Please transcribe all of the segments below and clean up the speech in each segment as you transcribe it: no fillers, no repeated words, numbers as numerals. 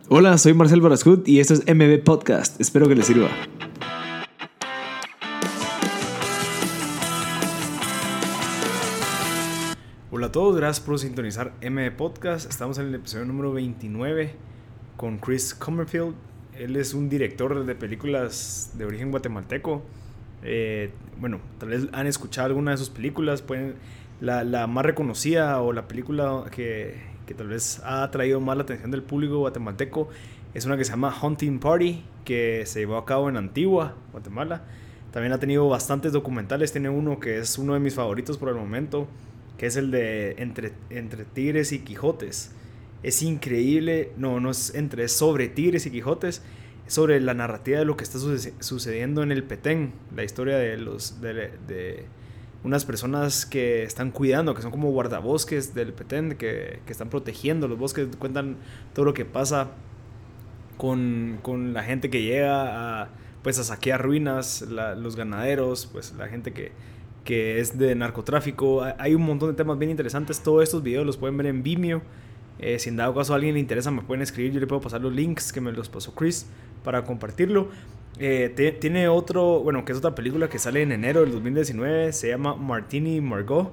Hola, soy Marcel Barascut y esto es MB Podcast. Espero que les sirva. Hola a todos, gracias por sintonizar MB Podcast. Estamos en el episodio número 29 con Chris Comerfield. Él es un director de películas de origen guatemalteco. Tal vez han escuchado alguna de sus películas. La más reconocida o la película que tal vez ha atraído más la atención del público guatemalteco es una que se llama Hunting Party, que se llevó a cabo en Antigua, Guatemala. También ha tenido bastantes documentales. Tiene uno que es uno de mis favoritos por el momento, que es el de Entre Tigres y Quijotes. Es increíble, es sobre Tigres y Quijotes, es sobre la narrativa de lo que está sucediendo en el Petén, la historia de unas personas que están cuidando, que son como guardabosques del Petén, que están protegiendo los bosques. Cuentan todo lo que pasa con la gente que llega a saquear ruinas, los ganaderos, pues la gente que es de narcotráfico. Hay un montón de temas bien interesantes. Todos estos videos los pueden ver en Vimeo. Si en dado caso a alguien le interesa, me pueden escribir. Yo le puedo pasar los links que me los pasó Chris para compartirlo. Tiene otro, que es otra película que sale en enero del 2019. Se llama Martini Margot.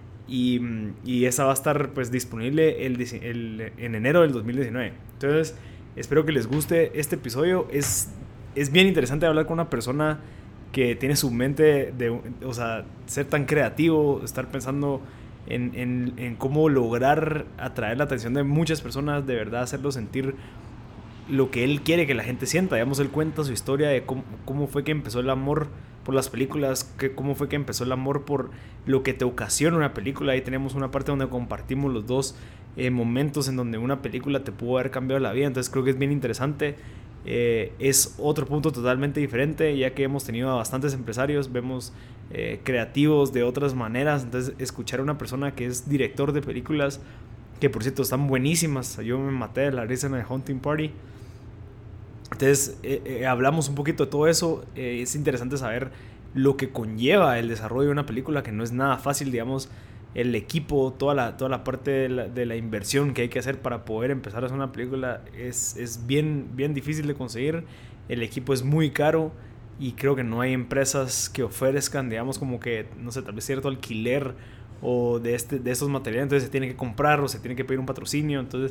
Y esa va a estar pues disponible en enero del 2019. Entonces, espero que les guste este episodio. Es bien interesante hablar con una persona que tiene su mente ser tan creativo, estar pensando en cómo lograr atraer la atención de muchas personas, de verdad hacerlo sentir lo que él quiere que la gente sienta. Digamos, él cuenta su historia de cómo fue que empezó el amor por las películas, cómo fue que empezó el amor por lo que te ocasiona una película. Ahí tenemos una parte donde compartimos los dos momentos en donde una película te pudo haber cambiado la vida. Entonces creo que es bien interesante. Es otro punto totalmente diferente, ya que hemos tenido a bastantes empresarios, vemos creativos de otras maneras. Entonces escuchar a una persona que es director de películas, que por cierto están buenísimas, yo me maté de la risa en el Hunting Party. Entonces hablamos un poquito de todo eso. Es interesante saber lo que conlleva el desarrollo de una película, que no es nada fácil, digamos. El equipo, toda la parte de la inversión que hay que hacer para poder empezar a hacer una película es bien, bien difícil de conseguir. El equipo es muy caro y creo que no hay empresas que ofrezcan, digamos, como que, no sé, tal vez cierto alquiler o de estos materiales. Entonces se tiene que comprar o se tiene que pedir un patrocinio. Entonces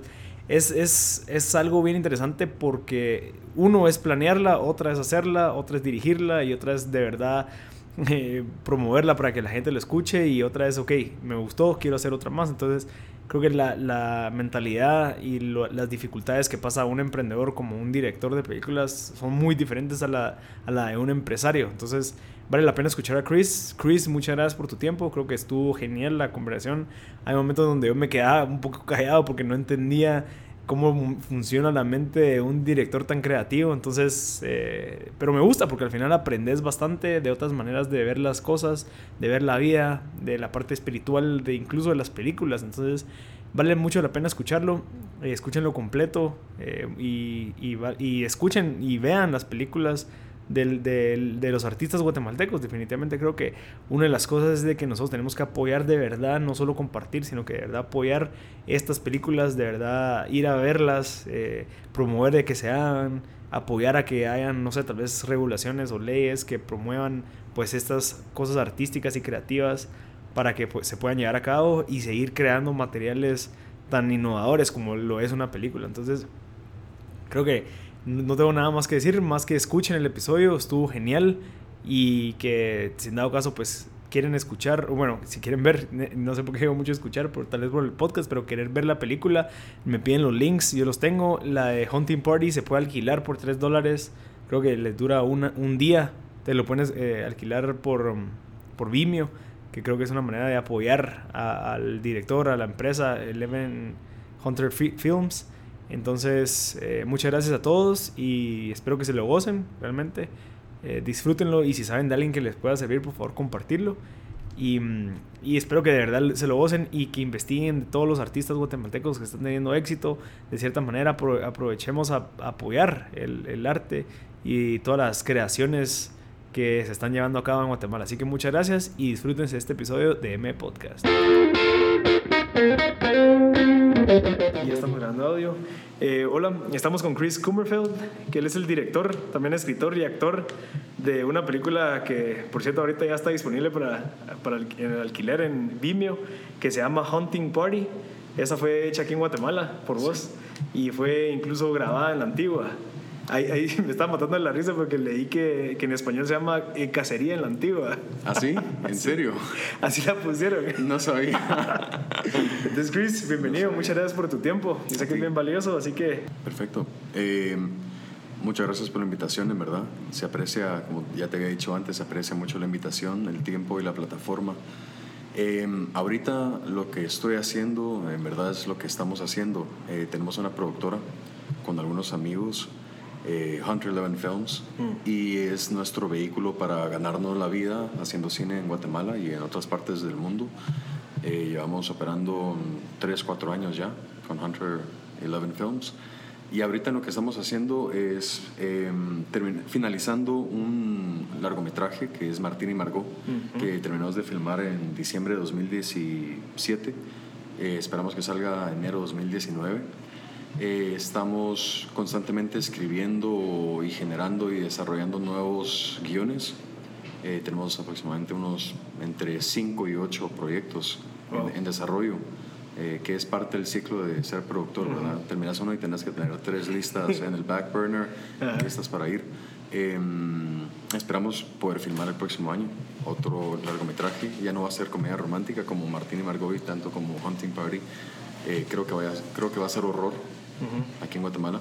es algo bien interesante, porque uno es planearla, otra es hacerla, otra es dirigirla y otra es de verdad promoverla para que la gente lo escuche, y otra es, me gustó, quiero hacer otra más. Entonces creo que la mentalidad y las dificultades que pasa un emprendedor como un director de películas son muy diferentes a la de un empresario. Entonces vale la pena escuchar a Chris. Chris, muchas gracias por tu tiempo. Creo que estuvo genial la conversación. Hay momentos donde yo me quedaba un poco callado porque no entendía cómo funciona la mente de un director tan creativo. Entonces, pero me gusta porque al final aprendes bastante de otras maneras de ver las cosas, de ver la vida, de la parte espiritual, incluso de las películas. Entonces vale mucho la pena escucharlo. Escúchenlo completo, y escuchen y vean las películas de los artistas guatemaltecos. Definitivamente creo que una de las cosas es de que nosotros tenemos que apoyar de verdad, no solo compartir, sino que de verdad apoyar estas películas, de verdad ir a verlas, promover de que se hagan, apoyar a que hayan, no sé, tal vez regulaciones o leyes que promuevan pues estas cosas artísticas y creativas para que pues se puedan llevar a cabo y seguir creando materiales tan innovadores como lo es una película. Entonces creo que no tengo nada más que decir, más que escuchen el episodio, estuvo genial. Y que si en dado caso pues quieren escuchar, o si quieren ver, no sé por qué digo mucho escuchar, tal vez por el podcast, pero querer ver la película, me piden los links, yo los tengo. La de Hunting Party se puede alquilar por $3, creo que les dura un día. Te lo puedes alquilar por Vimeo, que creo que es una manera de apoyar al director, a la empresa Eleven Hunter Films. Entonces muchas gracias a todos y espero que se lo gocen realmente. Disfrútenlo, y si saben de alguien que les pueda servir, por favor compartirlo. Y espero que de verdad se lo gocen y que investiguen de todos los artistas guatemaltecos que están teniendo éxito. De cierta manera aprovechemos a apoyar el arte y todas las creaciones que se están llevando a cabo en Guatemala. Así que muchas gracias y disfrútense este episodio de M Podcast. Y ya estamos grabando audio. Hola, estamos con Chris Kummerfeld, que él es el director, también escritor y actor de una película que, por cierto, ahorita ya está disponible en el alquiler en Vimeo, que se llama Hunting Party. Esa fue hecha aquí en Guatemala por vos y fue incluso grabada en la Antigua. Ahí me estaba matando de la risa porque leí que en español se llama Cacería en la Antigua. ¿Ah, sí? ¿En serio? Así la pusieron. No sabía. Entonces, Chris, bienvenido. Muchas gracias por tu tiempo. Yo sé que es bien valioso, así que... Perfecto. Muchas gracias por la invitación, en verdad. Se aprecia, como ya te había dicho antes, se aprecia mucho la invitación, el tiempo y la plataforma. Ahorita lo que estoy haciendo, en verdad es lo que estamos haciendo. Tenemos una productora con algunos amigos, Hunter 11 Films, y es nuestro vehículo para ganarnos la vida haciendo cine en Guatemala y en otras partes del mundo. Llevamos operando 3-4 años ya con Hunter 11 Films, y ahorita lo que estamos haciendo es finalizando un largometraje que es Martín y Margot, que terminamos de filmar en diciembre de 2017. Esperamos que salga en enero de 2019. Estamos constantemente escribiendo y generando y desarrollando nuevos guiones. Tenemos aproximadamente unos entre 5 y 8 proyectos en desarrollo, que es parte del ciclo de ser productor, ¿verdad? Terminas uno y tienes que tener 3 listas en el back burner, listas para ir. Esperamos poder filmar el próximo año otro largometraje. Ya no va a ser comedia romántica como Martín y Margot y tanto como Hunting Party. Creo que va a ser horror aquí en Guatemala.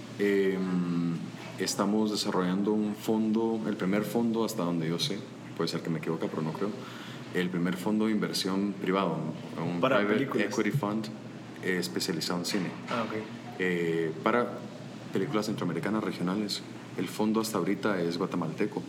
Estamos desarrollando un fondo, el primer fondo hasta donde yo sé, puede ser que me equivoque pero no creo, el primer fondo de inversión privado, un para private películas. equity fund especializado en cine, para películas centroamericanas regionales. El fondo hasta ahorita es guatemalteco,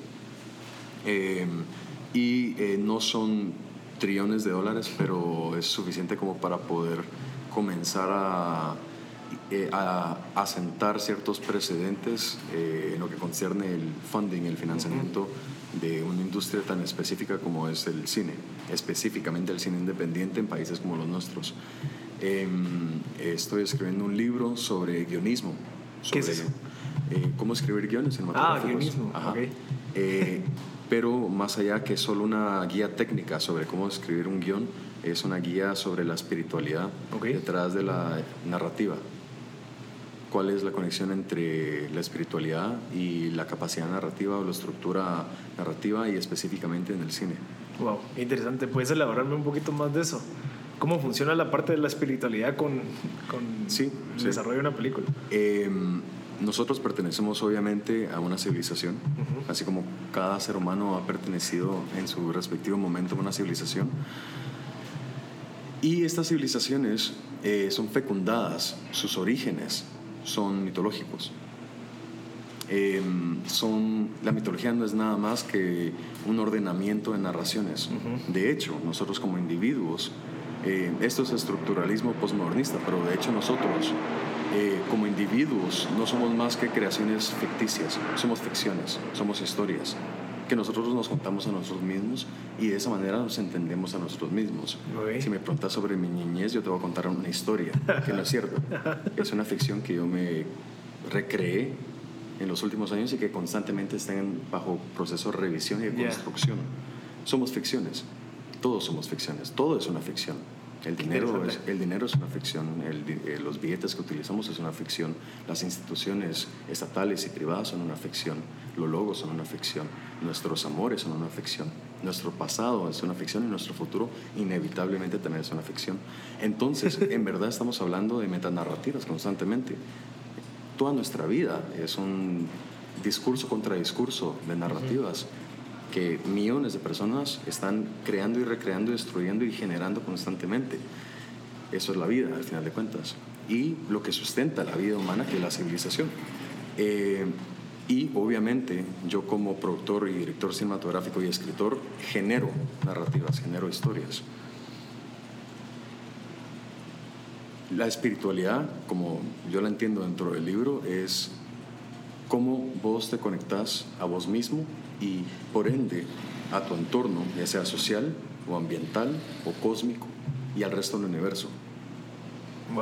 y no son trillones de dólares, pero es suficiente como para poder comenzar a asentar ciertos precedentes en lo que concierne el funding, el financiamiento de una industria tan específica como es el cine, específicamente el cine independiente en países como los nuestros. Estoy escribiendo un libro sobre guionismo. ¿Qué es eso? Cómo escribir guiones cinematográficos. Guionismo. Ajá. Okay. Pero más allá que solo una guía técnica sobre cómo escribir un guión, es una guía sobre la espiritualidad detrás de la narrativa. ¿Cuál es la conexión entre la espiritualidad y la capacidad narrativa o la estructura narrativa, y específicamente en el cine? Wow, interesante. ¿Puedes elaborarme un poquito más de eso? ¿Cómo funciona la parte de la espiritualidad con el desarrollo de una película? Nosotros pertenecemos obviamente a una civilización, así como cada ser humano ha pertenecido en su respectivo momento a una civilización. Y estas civilizaciones son fecundadas, sus orígenes son mitológicos. La mitología no es nada más que un ordenamiento de narraciones. De hecho, nosotros como individuos, esto es estructuralismo postmodernista, pero de hecho nosotros como individuos no somos más que creaciones ficticias, somos ficciones, somos historias que nosotros nos contamos a nosotros mismos, y de esa manera nos entendemos a nosotros mismos. Si me preguntas sobre mi niñez, yo te voy a contar una historia que no es cierto. Es una ficción que yo me recreé en los últimos años y que constantemente están bajo proceso de revisión y de construcción. Somos ficciones, todos somos ficciones, todo es una ficción. El dinero es una ficción, los billetes que utilizamos es una ficción, las instituciones estatales y privadas son una ficción, los logos son una ficción, nuestros amores son una ficción, nuestro pasado es una ficción y nuestro futuro inevitablemente también es una ficción. Entonces, en verdad estamos hablando de metanarrativas constantemente. Toda nuestra vida es un discurso contra discurso de narrativas que millones de personas están creando y recreando, destruyendo y generando constantemente. Eso es la vida, al final de cuentas. Y lo que sustenta la vida humana, que es la civilización. Y obviamente yo como productor y director cinematográfico y escritor genero narrativas, genero historias. La espiritualidad, como yo la entiendo dentro del libro, es cómo vos te conectás a vos mismo y por ende a tu entorno, ya sea social o ambiental o cósmico, y al resto del universo. Wow.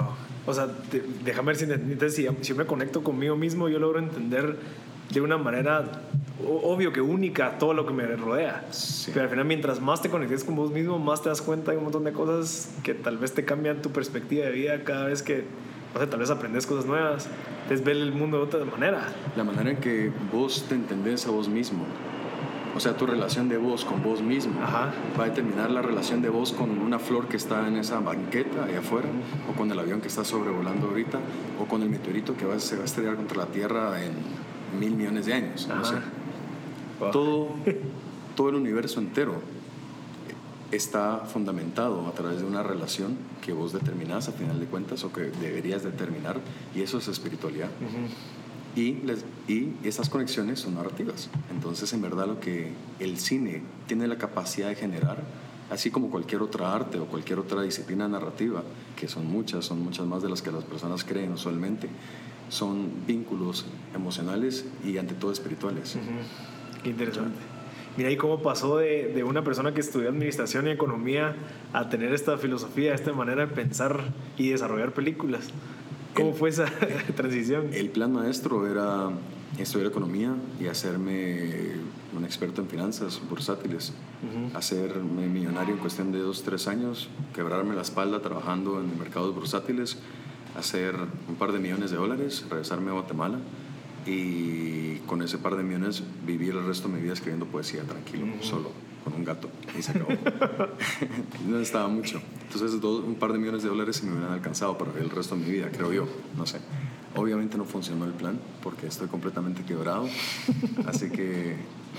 O sea, déjame ver si, entonces, si yo me conecto conmigo mismo, yo logro entender de una manera obvio que única todo lo que me rodea. Sí. Pero al final, mientras más te conectes con vos mismo, más te das cuenta de un montón de cosas que tal vez te cambian tu perspectiva de vida cada vez que, o sea, tal vez aprendes cosas nuevas, entonces ves el mundo de otra manera. La manera en que vos te entendés a vos mismo, o sea, tu relación de vos con vos mismo, Ajá. va a determinar la relación de vos con una flor que está en esa banqueta allá afuera, o con el avión que está sobrevolando ahorita, o con el meteorito que se va a estrellar contra la Tierra en 1.000 millones de años. No sé. Wow. Todo el universo entero está fundamentado a través de una relación que vos determinás a final de cuentas, o que deberías determinar, y eso es espiritualidad. Y esas conexiones son narrativas. Entonces, en verdad, lo que el cine tiene la capacidad de generar, así como cualquier otra arte o cualquier otra disciplina narrativa, que son muchas más de las que las personas creen usualmente, son vínculos emocionales y ante todo espirituales. Qué interesante. Mira, ¿y cómo pasó de una persona que estudió administración y economía a tener esta filosofía, esta manera de pensar y desarrollar películas? ¿Cómo fue esa transición? El plan maestro era estudiar economía y hacerme un experto en finanzas bursátiles, hacerme millonario en cuestión de 2-3 años, quebrarme la espalda trabajando en mercados bursátiles, hacer un par de millones de dólares, regresarme a Guatemala y con ese par de millones vivir el resto de mi vida escribiendo poesía tranquilo, solo, con un gato, y se acabó. No necesitaba mucho. Entonces un par de millones de dólares se me hubieran alcanzado para vivir el resto de mi vida, creo yo, no sé. Obviamente no funcionó el plan porque estoy completamente quebrado, así que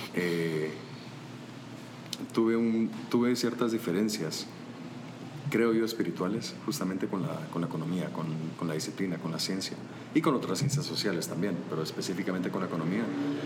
tuve ciertas diferencias, creo yo, espirituales, justamente con la economía, con la disciplina, con la ciencia y con otras ciencias sociales también, pero específicamente con la economía.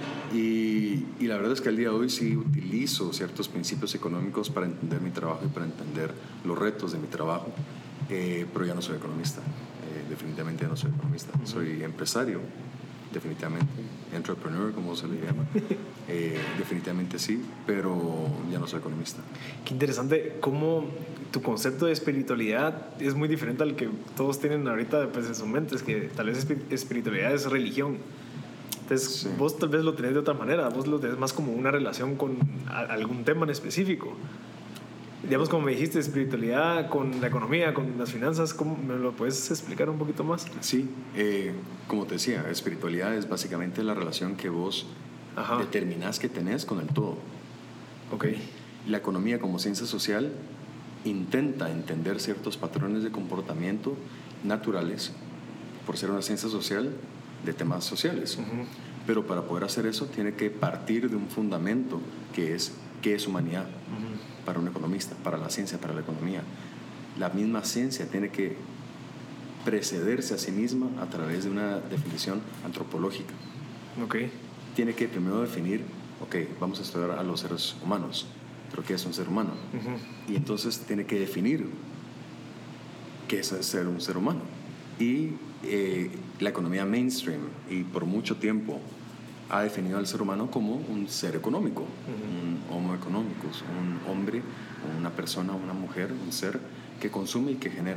Y la verdad es que al día de hoy sí utilizo ciertos principios económicos para entender mi trabajo y para entender los retos de mi trabajo, pero ya no soy economista, definitivamente ya no soy economista, soy empresario, definitivamente, entrepreneur, como se le llama, definitivamente sí, pero ya no soy economista. Qué interesante cómo tu concepto de espiritualidad es muy diferente al que todos tienen ahorita, pues, en su mente. Es que tal vez espiritualidad es religión. Entonces, sí, vos tal vez lo tenés de otra manera, vos lo tenés más como una relación con algún tema en específico. Digamos, como me dijiste, espiritualidad con la economía, con las finanzas, ¿cómo me lo puedes explicar un poquito más? Sí, como te decía, espiritualidad es básicamente la relación que vos determinás que tenés con el todo. Ok. La economía como ciencia social intenta entender ciertos patrones de comportamiento naturales, por ser una ciencia social de temas sociales. Pero para poder hacer eso tiene que partir de un fundamento que es ¿qué es humanidad? Para un economista, para la ciencia, para la economía. La misma ciencia tiene que precederse a sí misma a través de una definición antropológica. Okay. Tiene que primero definir, vamos a estudiar a los seres humanos, pero ¿qué es un ser humano? Y entonces tiene que definir qué es ser un ser humano. Y la economía mainstream, y por mucho tiempo, ha definido al ser humano como un ser económico, un homo economicus, un hombre, una persona, una mujer, un ser que consume y que genera.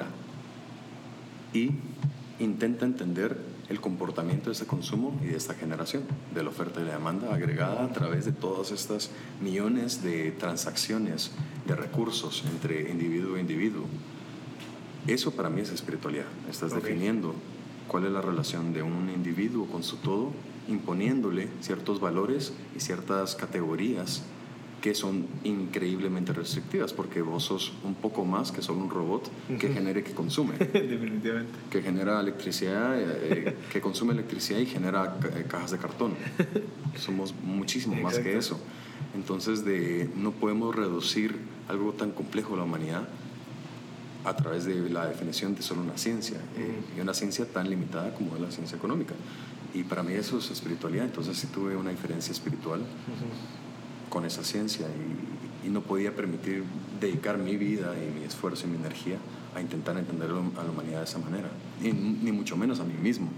Y intenta entender el comportamiento de ese consumo y de esta generación, de la oferta y la demanda agregada a través de todas estas millones de transacciones de recursos entre individuo e individuo. Eso para mí es espiritualidad. Estás definiendo cuál es la relación de un individuo con su todo, imponiéndole ciertos valores y ciertas categorías que son increíblemente restrictivas, porque vos sos un poco más que solo un robot que genera y que consume. Definitivamente. Que genera electricidad, que consume electricidad y genera cajas de cartón. Somos muchísimo más que eso. Entonces, no podemos reducir algo tan complejo de la humanidad a través de la definición de solo una ciencia, y una ciencia tan limitada como es la ciencia económica. Y para mí eso es espiritualidad. Entonces sí tuve una diferencia espiritual con esa ciencia, y no podía permitir dedicar mi vida y mi esfuerzo y mi energía a intentar entender a la humanidad de esa manera, ni mucho menos a mí mismo.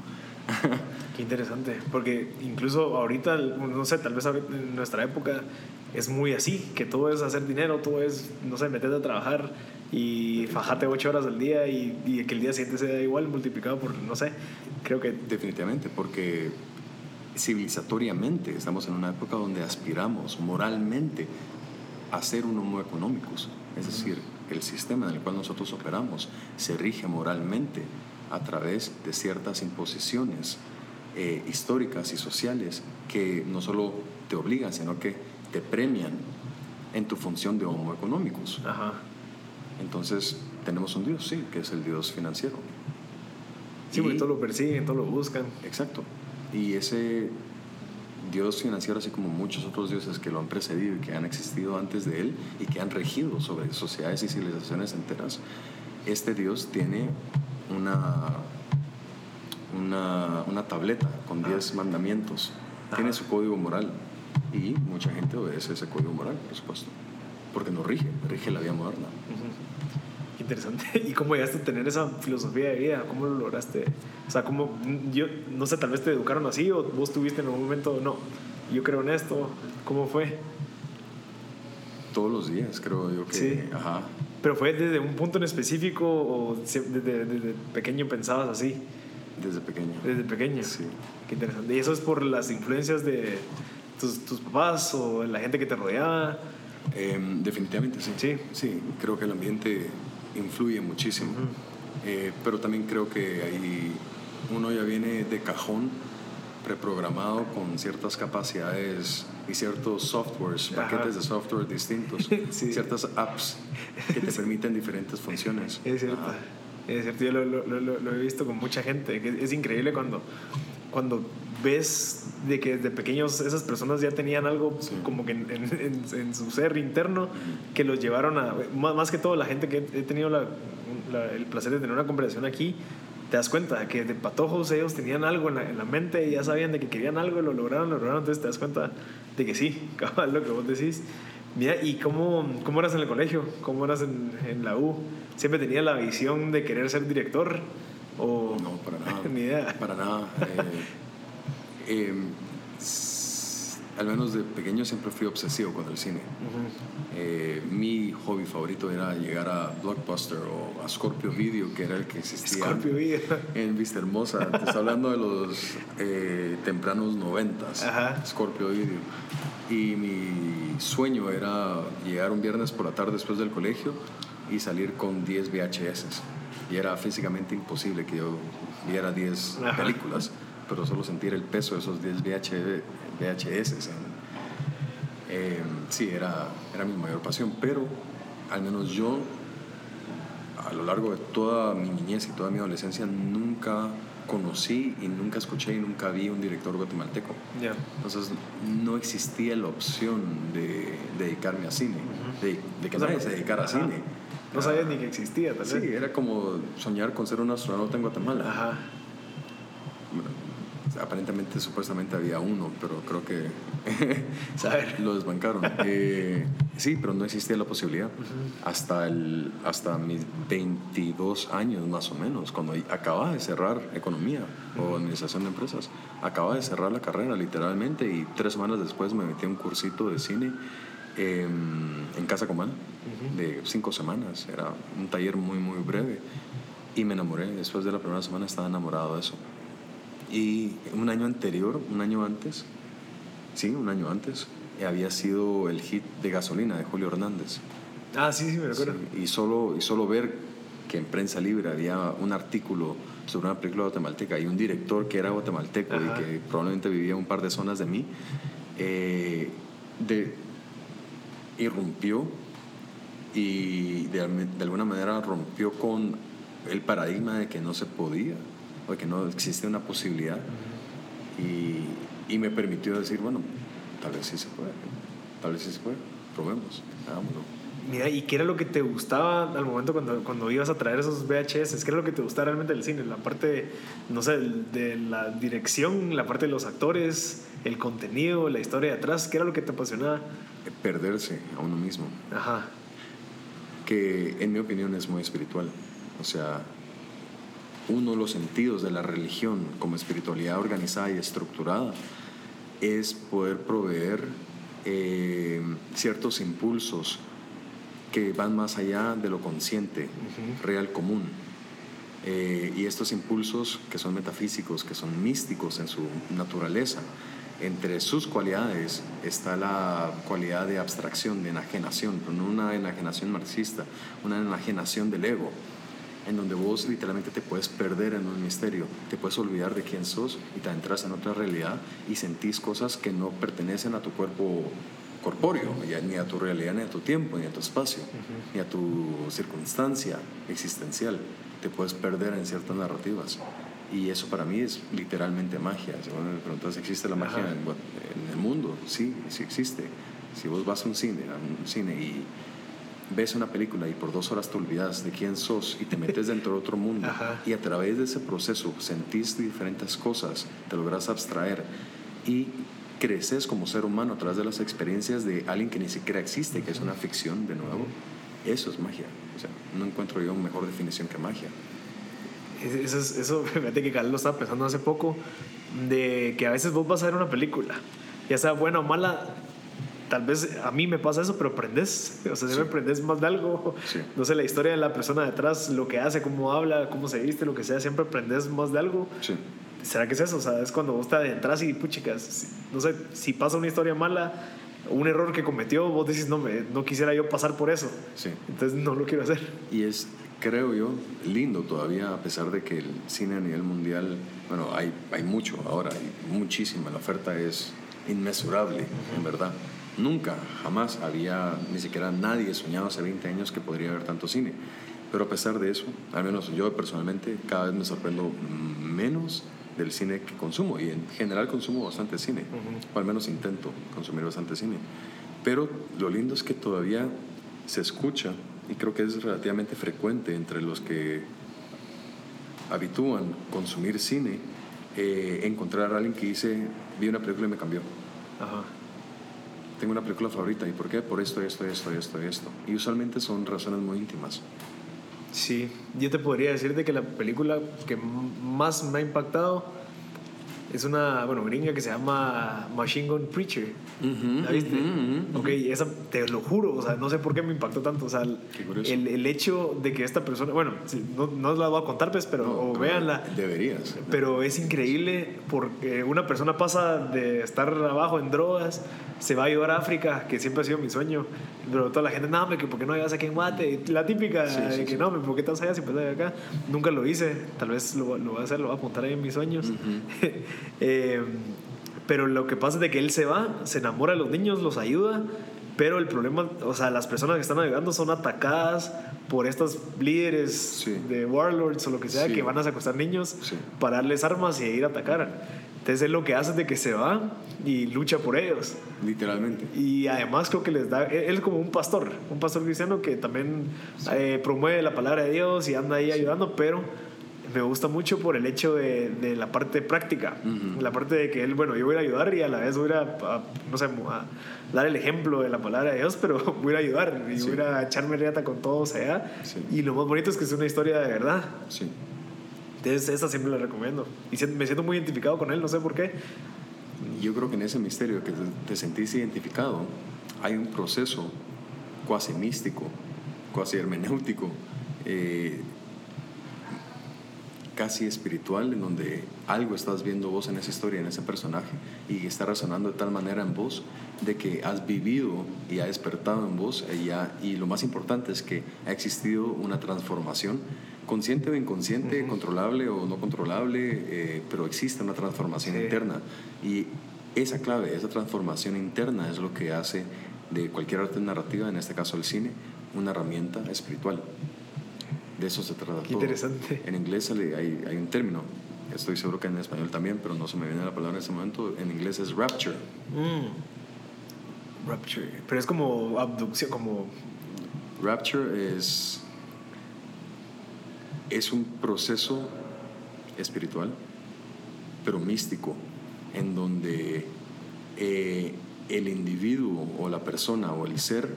Qué interesante, porque incluso ahorita, no sé, tal vez en nuestra época es muy así, que todo es hacer dinero, todo es, no sé, meterte a trabajar y fajate 8 horas al día y que el día siguiente sea igual multiplicado por, no sé, creo que... Definitivamente, porque civilizatoriamente estamos en una época donde aspiramos moralmente a ser un homo economicus, es decir, el sistema en el cual nosotros operamos se rige moralmente a través de ciertas imposiciones históricas y sociales que no solo te obligan, sino que te premian en tu función de homo economicus. Ajá. Entonces tenemos un Dios, sí, que es el Dios financiero. Sí, porque todo lo persiguen, todo lo buscan. Exacto. Y ese Dios financiero, así como muchos otros dioses que lo han precedido y que han existido antes de él y que han regido sobre sociedades y civilizaciones enteras, este Dios tiene una tableta con 10 mandamientos. Tiene su código moral y mucha gente obedece ese código moral, por supuesto, porque nos rige la vida moderna. Interesante. ¿Y cómo llegaste a tener esa filosofía de vida? ¿Cómo lo lograste? O sea, ¿cómo, yo no sé, tal vez te educaron así o vos tuviste en algún momento, no, yo creo en esto? ¿Cómo fue? Todos los días, creo yo que... Sí. Ajá. ¿Pero fue desde un punto en específico o desde pequeño pensabas así? Desde pequeño. Desde pequeño. Sí. Qué interesante. ¿Y eso es por las influencias de tus papás o la gente que te rodeaba? Definitivamente sí. Sí. Sí, creo que el ambiente influye muchísimo. Pero también creo que ahí uno ya viene de cajón preprogramado con ciertas capacidades y ciertos softwares, paquetes de software distintos, sí. Ciertas apps que te permiten diferentes funciones. Es cierto. Ajá. Es cierto, yo lo he visto con mucha gente, que es increíble cuando ves de que desde pequeños esas personas ya tenían algo, sí, como que en su ser interno, que los llevaron a, más que todo la gente que he tenido el placer de tener una conversación aquí, te das cuenta que de patojos ellos tenían algo en la mente y ya sabían de que querían algo y lo lograron, entonces te das cuenta de que sí, cabal, lo que vos decís. Mira, ¿y cómo eras en el colegio? ¿Cómo eras en la U? ¿Siempre tenías la visión de querer ser director? ¿O? No, para nada. Ni idea. Para nada. Al menos de pequeño siempre fui obsesivo con el cine. Mi hobby favorito era llegar a Blockbuster o a Scorpio Video, que era el que existía en Vista Hermosa. Te estoy hablando de los tempranos 90s. Ajá. Scorpio Video. Y mi sueño era llegar un viernes por la tarde después del colegio y salir con 10 VHS. Y era físicamente imposible que yo viera 10 películas, pero solo sentir el peso de esos 10 VHS. Sí, era mi mayor pasión, pero al menos yo, a lo largo de toda mi niñez y toda mi adolescencia, nunca conocí y nunca escuché y nunca vi un director guatemalteco. Yeah. Entonces no existía la opción de dedicarme a cine, de que nadie se dedicara a cine. No sabías ni que existía, tal vez. Sí, era como soñar con ser un astronauta en Guatemala. Ajá. Bueno, aparentemente, supuestamente había uno, pero creo que lo desbancaron. Sí, pero no existía la posibilidad. Hasta mis 22 años más o menos, cuando acababa de cerrar economía o administración de empresas, acababa de cerrar la carrera literalmente y 3 semanas después me metí a un cursito de cine en Casa Comán de 5 semanas. Era un taller muy muy breve y me enamoré. Después de la primera semana estaba enamorado de eso. Y un año antes, había sido el hit de Gasolina de Julio Hernández. Ah, sí, me recuerdo. Sí, y solo ver que en Prensa Libre había un artículo sobre una película guatemalteca y un director que era guatemalteco y que probablemente vivía un par de zonas de mí, irrumpió y de alguna manera rompió con el paradigma de que no se podía o de que no existía una posibilidad y me permitió decir, bueno, tal vez sí se puede, probemos, hagámoslo. Mira, ¿y qué era lo que te gustaba al momento cuando ibas a traer esos VHS? ¿Qué era lo que te gustaba realmente del cine? La parte, no sé, de la dirección, la parte de los actores, el contenido, la historia de atrás. ¿Qué era lo que te apasionaba? Perderse a uno mismo. Ajá. Que en mi opinión es muy espiritual. O sea, uno de los sentidos de la religión como espiritualidad organizada y estructurada es poder proveer ciertos impulsos que van más allá de lo consciente, real, común. Y estos impulsos que son metafísicos, que son místicos en su naturaleza, entre sus cualidades está la cualidad de abstracción, de enajenación, pero no una enajenación marxista, una enajenación del ego, en donde vos literalmente te puedes perder en un misterio, te puedes olvidar de quién sos y te entras en otra realidad y sentís cosas que no pertenecen a tu cuerpo corpóreo, ni a tu realidad, ni a tu tiempo, ni a tu espacio, ni a tu circunstancia existencial. Te puedes perder en ciertas narrativas. Y eso para mí es literalmente magia. Si vos me preguntas si existe la magia en el mundo, sí, sí existe. Si vos vas a un cine y ves una película y por 2 horas te olvidas de quién sos y te metes dentro de otro mundo y a través de ese proceso sentís diferentes cosas, te logras abstraer y creces como ser humano a través de las experiencias de alguien que ni siquiera existe, que es una ficción de nuevo. Eso es magia. O sea, no encuentro yo una mejor definición que magia. Eso, fíjate que Carlos lo estaba pensando hace poco, de que a veces vos vas a ver una película, ya sea buena o mala, tal vez a mí me pasa eso, pero aprendes, o sea, siempre aprendes más de algo, no sé, la historia de la persona detrás, lo que hace, cómo habla, cómo se viste, lo que sea, siempre aprendes más de algo. ¿Será que es eso? O sea, es cuando vos te adentras y puchicas, no sé, si pasa una historia mala, un error que cometió, vos decís, no quisiera yo pasar por eso, entonces no lo quiero hacer. Y es, creo yo, lindo todavía, a pesar de que el cine a nivel mundial, bueno, hay mucho ahora, hay muchísima, la oferta es inmesurable, en verdad. Nunca, jamás había, ni siquiera nadie soñado hace 20 años que podría haber tanto cine. Pero a pesar de eso, al menos yo personalmente, cada vez me sorprendo menos del cine que consumo. Y en general consumo bastante cine, o al menos intento consumir bastante cine. Pero lo lindo es que todavía se escucha, y creo que es relativamente frecuente entre los que habitúan consumir cine, encontrar a alguien que dice, vi una película y me cambió. Tengo una película favorita, ¿y por qué? Por esto. Y usualmente son razones muy íntimas. Sí, yo te podría decir de que la película que más me ha impactado es una, gringa que se llama Machine Gun Preacher. ¿La viste? Ok, esa te lo juro, o sea, no sé por qué me impactó tanto, o sea, el hecho de que esta persona, no la voy a contar, pues, pero véanla. Deberías. Pero es increíble porque una persona pasa de estar abajo en drogas, se va a ayudar a África, que siempre ha sido mi sueño, pero toda la gente, no, que ¿por qué no llegas aquí en Guate? La típica, que no, ¿por qué estás allá si puedes acá? Nunca lo hice, tal vez lo voy a hacer, lo voy a apuntar ahí en mis sueños. Pero lo que pasa es de que él se va, se enamora de los niños, los ayuda, pero el problema, o sea, las personas que están ayudando son atacadas por estos líderes de warlords o lo que sea, que van a secuestrar niños para darles armas y ir a atacar. Entonces él lo que hace es de que se va y lucha por ellos. Literalmente. Y además creo que les da, él es como un pastor cristiano que también promueve la palabra de Dios y anda ahí ayudando, pero me gusta mucho por el hecho de la parte práctica, la parte de que él, yo voy a ayudar y a la vez voy a dar el ejemplo de la palabra de Dios, pero voy a ayudar y voy a echarme riata con todos allá. Y lo más bonito es que es una historia de verdad. Entonces esa siempre la recomiendo y me siento muy identificado con él, no sé por qué. Yo creo que en ese misterio que te sentís identificado hay un proceso cuasi místico, cuasi hermenéutico, casi espiritual, en donde algo estás viendo vos en esa historia, en ese personaje, y está resonando de tal manera en vos de que has vivido y ha despertado en vos y lo más importante es que ha existido una transformación consciente o inconsciente, controlable o no controlable, pero existe una transformación interna, y esa clave, esa transformación interna es lo que hace de cualquier arte narrativa, en este caso el cine, una herramienta espiritual. De eso se trata. Qué interesante. En inglés hay un término, estoy seguro que en español también, pero no se me viene la palabra en ese momento. En inglés es rapture. Rapture, pero es como abducción, como... Rapture es un proceso espiritual, pero místico, en donde el individuo o la persona o el ser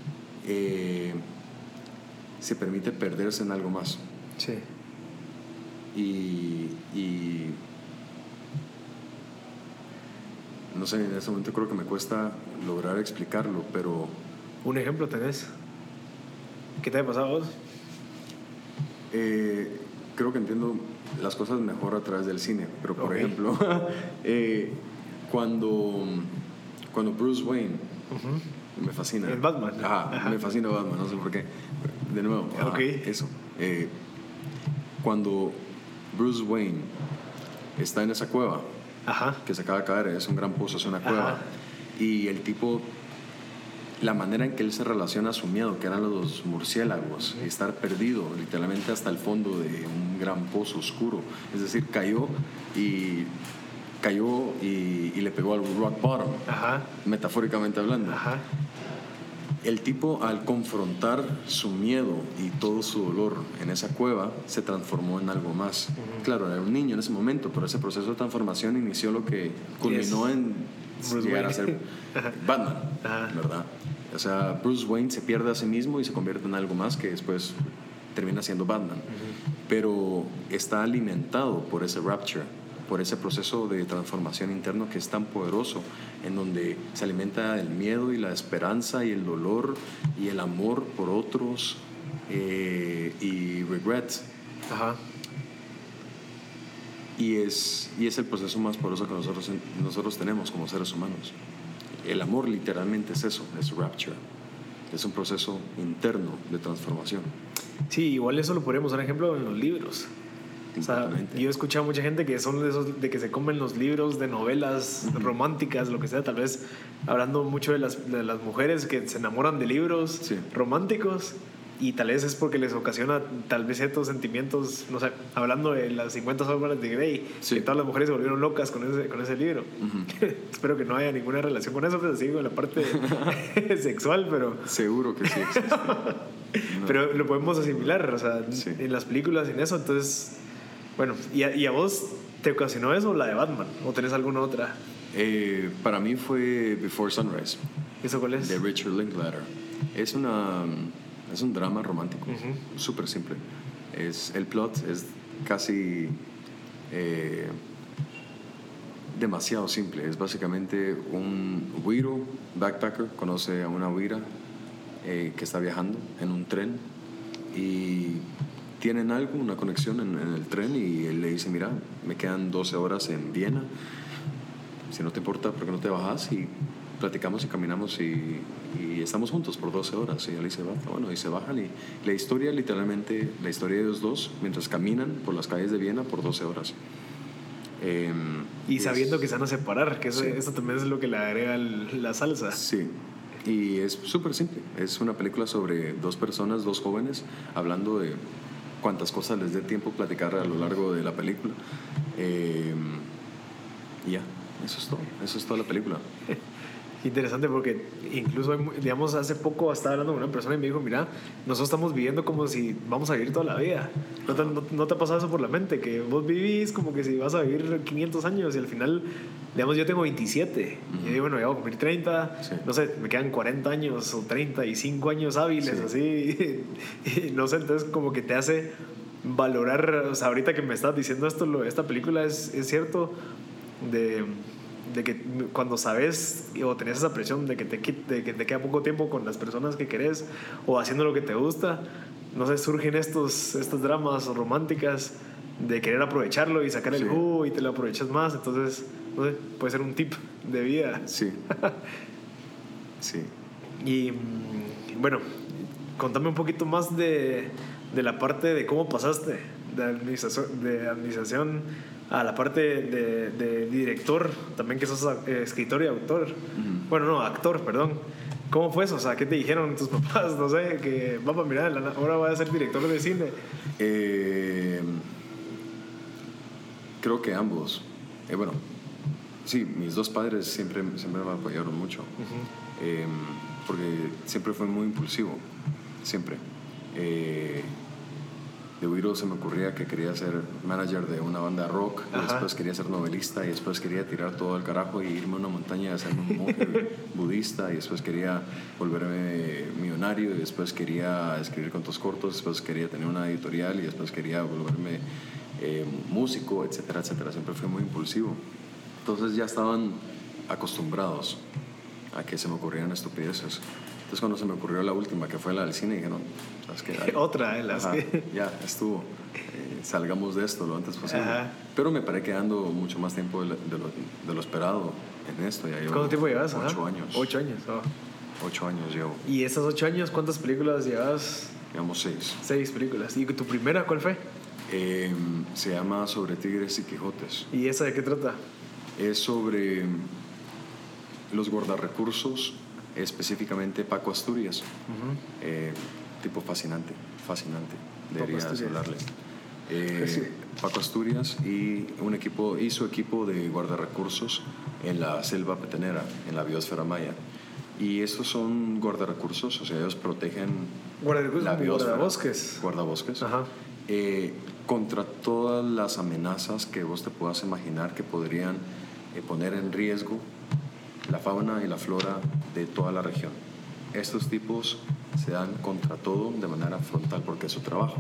se permite perderse en algo más. y no sé, en ese momento creo que me cuesta lograr explicarlo, pero... ¿Un ejemplo tenés? ¿Qué te ha pasado a vos? Creo que entiendo las cosas mejor a través del cine, pero por ejemplo, cuando Bruce Wayne, me fascina. El Batman. Ajá. Me fascina Batman, no sé por qué. De nuevo, eso. Cuando Bruce Wayne está en esa cueva, que se acaba de caer, es un gran pozo, es una cueva, y el tipo, la manera en que él se relaciona a su miedo, que eran los murciélagos, y estar perdido literalmente hasta el fondo de un gran pozo oscuro, es decir, cayó y le pegó al rock bottom, metafóricamente hablando. El tipo, al confrontar su miedo y todo su dolor en esa cueva, se transformó en algo más. Claro, era un niño en ese momento, pero ese proceso de transformación inició lo que culminó en llegar a ser Batman, ¿verdad? O sea, Bruce Wayne se pierde a sí mismo y se convierte en algo más que después termina siendo Batman. Pero está alimentado por ese rapture, por ese proceso de transformación interno que es tan poderoso, en donde se alimenta el miedo y la esperanza y el dolor y el amor por otros y regret. Y es el proceso más poderoso que nosotros tenemos como seres humanos. El amor literalmente es eso, es rapture. Es un proceso interno de transformación. Sí, igual eso lo podríamos dar ejemplo en los libros. O sea, yo he escuchado a mucha gente que son de esos de que se comen los libros de novelas románticas, lo que sea, tal vez hablando mucho de las mujeres que se enamoran de libros románticos, y tal vez es porque les ocasiona tal vez ciertos sentimientos, no sé, hablando de las 50 sombras de Grey, que todas las mujeres se volvieron locas con ese libro. Espero que no haya ninguna relación con eso, pero sí con la parte sexual, pero... Seguro que sí existe. Pero lo podemos asimilar, o sea, en las películas y en eso, entonces... Bueno, ¿y a vos te ocasionó eso la de Batman? ¿O tenés alguna otra? Para mí fue Before Sunrise. ¿Eso cuál es? De Richard Linklater. Es un drama romántico, súper simple. El plot es casi demasiado simple. Es básicamente un güiro backpacker conoce a una güira que está viajando en un tren y tienen algo, una conexión en el tren, y él le dice: mira, me quedan 12 horas en Viena, si no te importa, ¿por qué no te bajas y platicamos y caminamos y estamos juntos por 12 horas? Y él dice: bueno, y se bajan, y la historia, literalmente, la historia de ellos dos mientras caminan por las calles de Viena por 12 horas. Y sabiendo que se van a separar, que eso también es lo que le agrega la salsa. Sí. Y es súper simple. Es una película sobre dos personas, dos jóvenes, hablando de cuántas cosas les dé tiempo platicar a lo largo de la película. Y ya, eso es todo. Eso es toda la película. Interesante, porque incluso, digamos, hace poco estaba hablando con una persona y me dijo: mira, nosotros estamos viviendo como si vamos a vivir toda la vida. ¿No te ha pasado eso por la mente? Que vos vivís como que si vas a vivir 500 años y al final, digamos, yo tengo 27 y digo, bueno, ya voy a cumplir 30, no sé, me quedan 40 años o 35 años hábiles, así, y no sé, entonces como que te hace valorar, o sea, ahorita que me estás diciendo esto, esta película es cierto, de que cuando sabes o tenés esa presión de que te queda poco tiempo con las personas que querés o haciendo lo que te gusta, no sé, surgen estas dramas románticas de querer aprovecharlo y sacar el jugo, y te lo aprovechas más. Entonces, no sé, puede ser un tip de vida. Sí. Y bueno, contame un poquito más de la parte de cómo pasaste de administración a la parte de director, también que sos escritor y autor. Bueno, no, actor, perdón. ¿Cómo fue eso? O sea, ¿qué te dijeron tus papás? No sé, que papá, mira, ahora voy a ser director de cine. Creo que ambos. Bueno, sí, mis dos padres siempre me apoyaron mucho. Porque siempre fue muy impulsivo. Siempre. De güiro se me ocurría que quería ser manager de una banda rock, y después quería ser novelista, y después quería tirar todo al carajo y irme a una montaña y hacerme un monje budista, y después quería volverme millonario, y después quería escribir cuentos cortos, después quería tener una editorial, y después quería volverme músico, etcétera, etcétera. Siempre fui muy impulsivo. Entonces ya estaban acostumbrados a que se me ocurrieran estupideces. Entonces cuando se me ocurrió la última, que fue la del cine, dijeron, ¿sabes qué? Otra de las que... Ya, estuvo. Salgamos de esto lo antes posible. Ajá. Pero me paré quedando mucho más tiempo de lo esperado en esto. Ya llevo ¿Cuánto tiempo llevas? 8 años. 8 años. 8 años llevo. ¿Y esos 8 años cuántas películas llevas? Llevamos 6. 6 películas. ¿Y tu primera cuál fue? Se llama Sobre Tigres y Quijotes. ¿Y esa de qué trata? Es sobre los guardarrecursos, específicamente Paco Asturias. Tipo fascinante, deberías hablarle. Paco Asturias y su equipo de guardarrecursos en la selva petenera, en la biosfera maya. Y estos son guardarrecursos, o sea, ellos protegen la biosfera. Guardabosques. Ajá. Contra todas las amenazas que vos te puedas imaginar que podrían poner en riesgo la fauna y la flora de toda la región. Estos tipos se dan contra todo de manera frontal porque es su trabajo.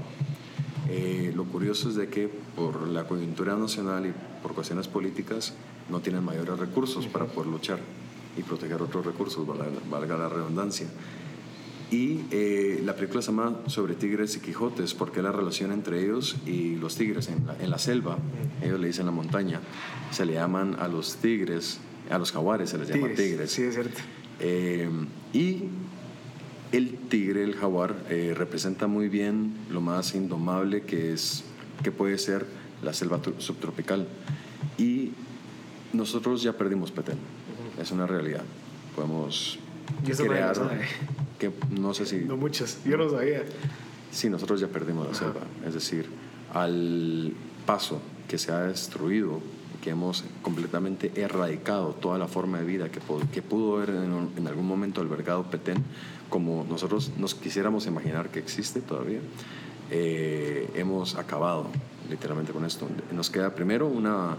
Lo curioso es de que por la coyuntura nacional y por cuestiones políticas no tienen mayores recursos para poder luchar y proteger otros recursos, valga la redundancia. Y la película se llama Sobre Tigres y Quijotes porque la relación entre ellos y los tigres en la selva, ellos le dicen la montaña, se le llaman a los tigres, a los jaguares se les llama tigres. Sí, es cierto. Y el tigre, el jaguar, representa muy bien lo más indomable que puede ser la selva subtropical. Y nosotros ya perdimos Petén, es una realidad. Podemos crear, que no sé si... No muchas, yo no sabía. Sí, nosotros ya perdimos la selva, es decir, al paso que se ha destruido, que hemos completamente erradicado toda la forma de vida que pudo haber en algún momento albergado Petén, como nosotros nos quisiéramos imaginar que existe todavía, hemos acabado literalmente con esto. Nos queda primero una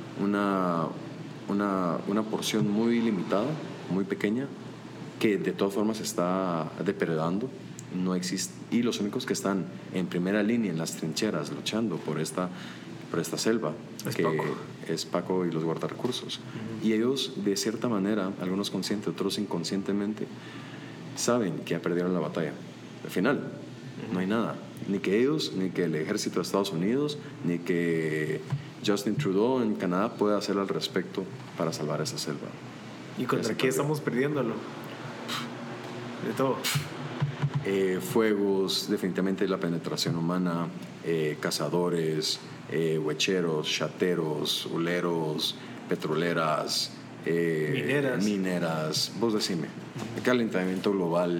porción muy limitada, muy pequeña, que de todas formas se está depredando. No existe, y los únicos que están en primera línea en las trincheras luchando por esta selva es Paco y los guardarrecursos. Y ellos, de cierta manera, algunos conscientes, otros inconscientemente, saben que ya perdieron la batalla. Al final no hay nada, ni que ellos, ni que el ejército de Estados Unidos, ni que Justin Trudeau en Canadá pueda hacer al respecto para salvar esa selva. ¿Y contra qué estamos perdiéndolo? De todo. Fuegos, definitivamente la penetración humana, cazadores, huecheros, chateros, huleros, petroleras, mineras. Vos decime, calentamiento global,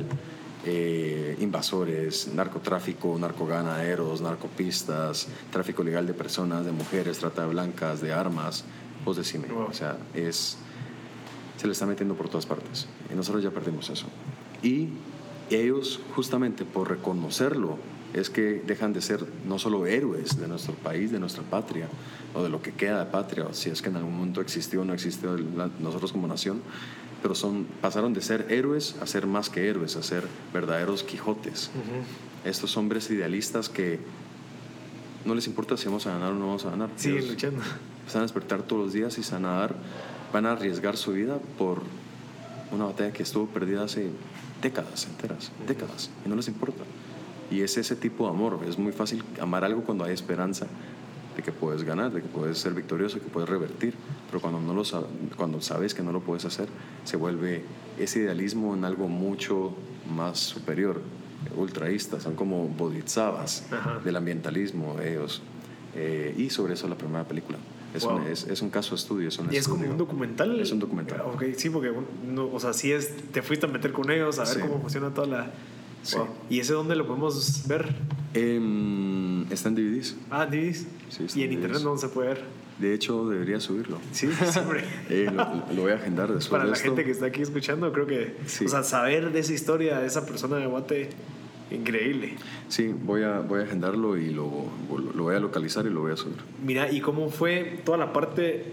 invasores, narcotráfico, narcoganaderos, narcopistas, tráfico ilegal de personas, de mujeres, trata de blancas, de armas. Vos decime, o sea, se le está metiendo por todas partes y nosotros ya perdimos eso. Y ellos, justamente por reconocerlo, es que dejan de ser no solo héroes de nuestro país, de nuestra patria, o de lo que queda de patria, o si es que en algún momento existió o no existió nosotros como nación, pero pasaron de ser héroes a ser más que héroes, a ser verdaderos Quijotes. Estos hombres idealistas que no les importa si vamos a ganar o no vamos a ganar. Siguen luchando. Van a despertar todos los días y van a arriesgar su vida por una batalla que estuvo perdida hace décadas enteras, décadas, y no les importa. Y es ese tipo de amor. Es muy fácil amar algo cuando hay esperanza de que puedes ganar, de que puedes ser victorioso, que puedes revertir, pero cuando sabes que no lo puedes hacer, se vuelve ese idealismo en algo mucho más superior, ultraísta. Son como bodhisattvas del ambientalismo ellos. Y sobre eso la primera película. Es un caso de estudio. ¿Y es como un documental? Es un documental. Okay, sí, porque o sea, sí te fuiste a meter con ellos a ver cómo funciona toda la... Sí. Wow. ¿Y ese dónde lo podemos ver? Está en DVDs. DVDs. Sí, y en internet no se puede ver. De hecho, debería subirlo. Sí, siempre. Lo voy a agendar después. Para de la esto. gente que está aquí escuchando, creo que... Sí. O sea, saber de esa historia, de esa persona de Guate, increíble. Sí, voy a agendarlo y lo voy a localizar y lo voy a subir. Mira, ¿y cómo fue toda la parte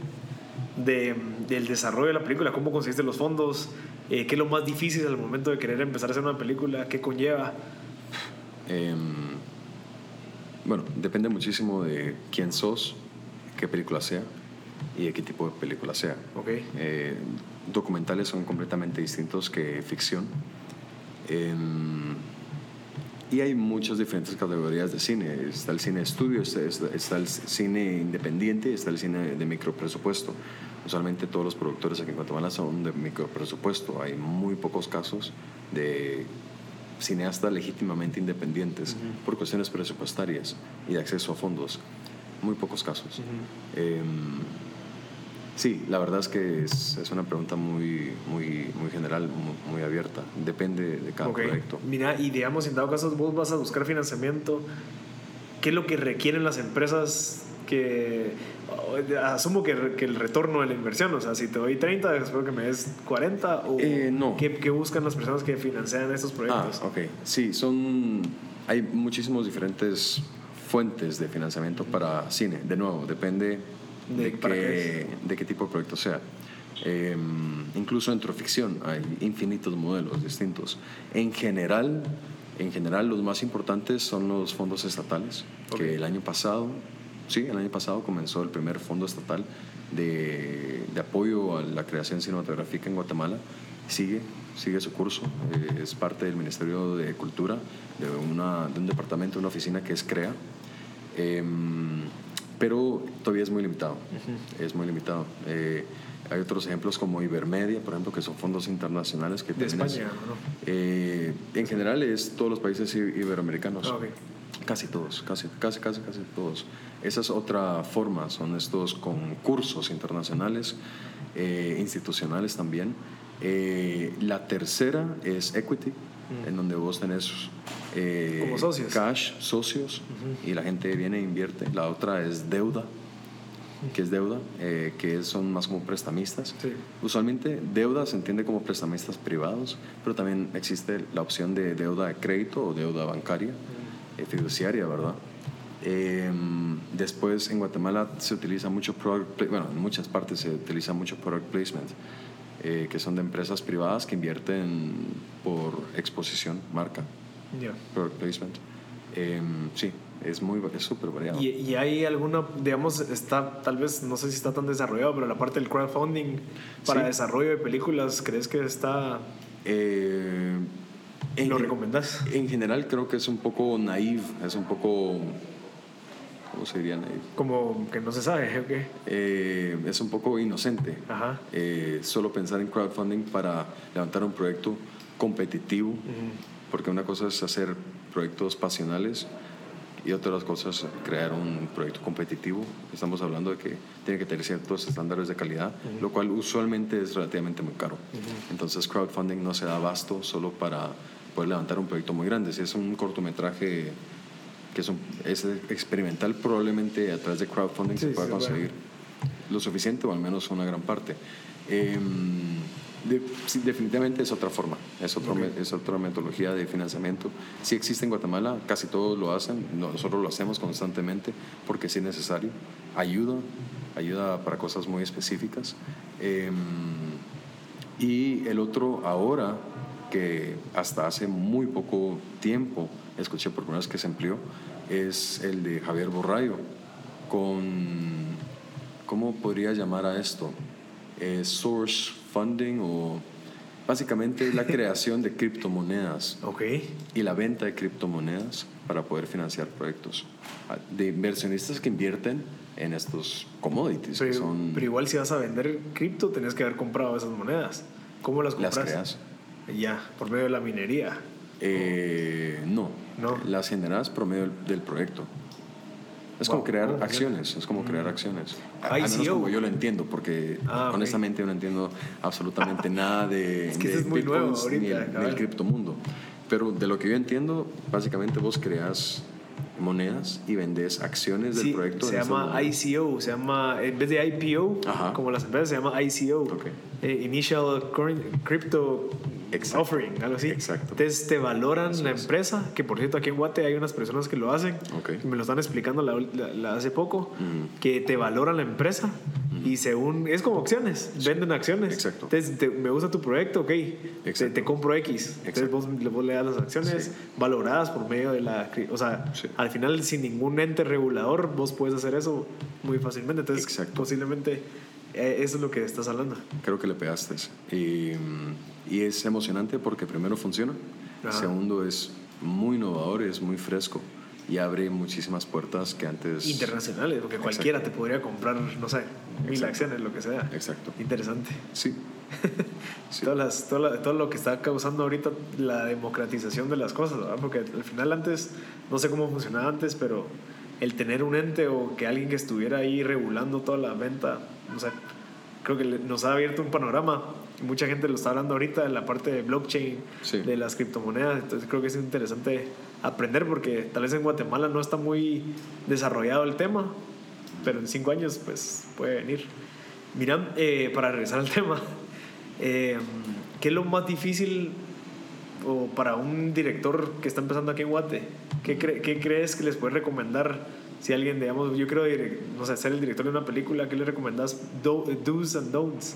del desarrollo de la película? ¿Cómo conseguiste los fondos? ¿Qué es lo más difícil al momento de querer empezar a hacer una película? ¿Qué conlleva? Bueno, depende muchísimo de quién sos, qué película sea y de qué tipo de película sea. Okay. Documentales son completamente distintos que ficción. Y hay muchas diferentes categorías de cine. Está el cine de estudio, está el cine independiente, está el cine de micropresupuesto. Usualmente todos los productores aquí en Guatemala son de micropresupuesto. Hay muy pocos casos de cineastas legítimamente independientes por cuestiones presupuestarias y de acceso a fondos. Muy pocos casos. Sí, la verdad es que es una pregunta muy general, muy abierta. Depende de cada proyecto. Mira, y digamos, en dado caso vos vas a buscar financiamiento, ¿qué es lo que requieren las empresas que... Asumo que el retorno de la inversión, o sea, si te doy 30, espero que me des 40, o no. ¿qué buscan las personas que financian estos proyectos? Ok. Sí, hay muchísimos diferentes fuentes de financiamiento para cine. De nuevo, depende de qué tipo de proyecto sea. Incluso dentro de ficción hay infinitos modelos distintos. En general los más importantes son los fondos estatales, que el año pasado comenzó el primer fondo estatal de apoyo a la creación cinematográfica en Guatemala. Sigue su curso. Es parte del Ministerio de Cultura, de un departamento, una oficina que es CREA. Pero todavía es muy limitado. Es muy limitado. Hay otros ejemplos como Ibermedia, por ejemplo, que son fondos internacionales que de España, ¿no? En general es todos los países iberoamericanos. Okay. Casi todos. Esa es otra forma, son estos concursos internacionales, institucionales también. La tercera es equity, en donde vos tenés como socios. cash, socios, y la gente viene e invierte. La otra es deuda, que son más como prestamistas. Sí. Usualmente deuda se entiende como prestamistas privados, pero también existe la opción de deuda de crédito o deuda bancaria, fiduciaria, ¿verdad? Después en Guatemala se utiliza mucho en muchas partes se utiliza mucho product placement, que son de empresas privadas que invierten por exposición, marca. Product placement. Sí, es súper variado. ¿Y hay alguna, digamos, tal vez, no sé si está tan desarrollado, pero la parte del crowdfunding para desarrollo de películas, ¿crees que está... ¿Lo recomendás? En general creo que es un poco naive, es un poco... ¿Cómo se diría naive? Como que no se sabe, ¿o qué? Es un poco inocente. Ajá. Solo pensar en crowdfunding para levantar un proyecto competitivo, porque una cosa es hacer proyectos pasionales y otra cosa es crear un proyecto competitivo. Estamos hablando de que tiene que tener ciertos estándares de calidad, lo cual usualmente es relativamente muy caro. Entonces crowdfunding no se da abasto solo para poder levantar un proyecto muy grande. Si es un cortometraje que es experimental, probablemente a través de crowdfunding se pueda conseguir lo suficiente, o al menos una gran parte. Definitivamente es otra forma, es otra metodología de financiamiento. Sí existe en Guatemala, casi todos lo hacen, nosotros lo hacemos constantemente porque sí es necesario, ayuda para cosas muy específicas. Y el otro ahora, que hasta hace muy poco tiempo escuché por primera vez que se empleó, es el de Javier Borrayo con, ¿cómo podría llamar a esto? Source funding, o básicamente la creación de criptomonedas y la venta de criptomonedas para poder financiar proyectos de inversionistas que invierten en estos commodities. Pero igual si vas a vender cripto tenés que haber comprado esas monedas. ¿Cómo las compras? Las creas. Ya, por medio de la minería. No, las generadas por medio del proyecto. Es como crear acciones, crear acciones. Al menos como yo lo entiendo, porque honestamente yo no entiendo absolutamente nada de es muy nuevo ahorita, ni del criptomundo. Pero de lo que yo entiendo, básicamente vos creas monedas y vendes acciones del proyecto. Se llama ICO, en vez de IPO, como las empresas, se llama ICO. Initial Crypto Offering, algo así. Exacto. Entonces te valoran la empresa, que por cierto aquí en Guate hay unas personas que lo hacen, me lo están explicando hace poco, que te valoran la empresa Y según, es como acciones, venden acciones. Exacto. Entonces, me gusta tu proyecto, ok, te compro X. Entonces vos le das las acciones valoradas por medio de la... O sea, al final sin ningún ente regulador vos puedes hacer eso muy fácilmente. Entonces, posiblemente eso es lo que estás hablando. Creo que le pegaste. Y es emocionante porque primero funciona, segundo es muy innovador, es muy fresco y abre muchísimas puertas que antes... Internacionales, porque cualquiera te podría comprar, no sé, 1000 acciones, lo que sea. Exacto. Interesante. Sí. Todo lo que está causando ahorita la democratización de las cosas, ¿verdad? Porque al final antes, no sé cómo funcionaba antes, pero el tener un ente o que alguien que estuviera ahí regulando toda la venta, no sé, creo que nos ha abierto un panorama. Mucha gente lo está hablando ahorita en la parte de blockchain, de las criptomonedas. Entonces creo que es interesante aprender porque tal vez en Guatemala no está muy desarrollado el tema, pero en 5 años pues puede venir. Mira, para regresar al tema, ¿qué es lo más difícil o para un director que está empezando aquí en Guate? ¿Qué crees que les puedes recomendar? Si alguien, digamos, yo quiero, no sé, ser el director de una película, ¿qué le recomendás? Do's and don'ts.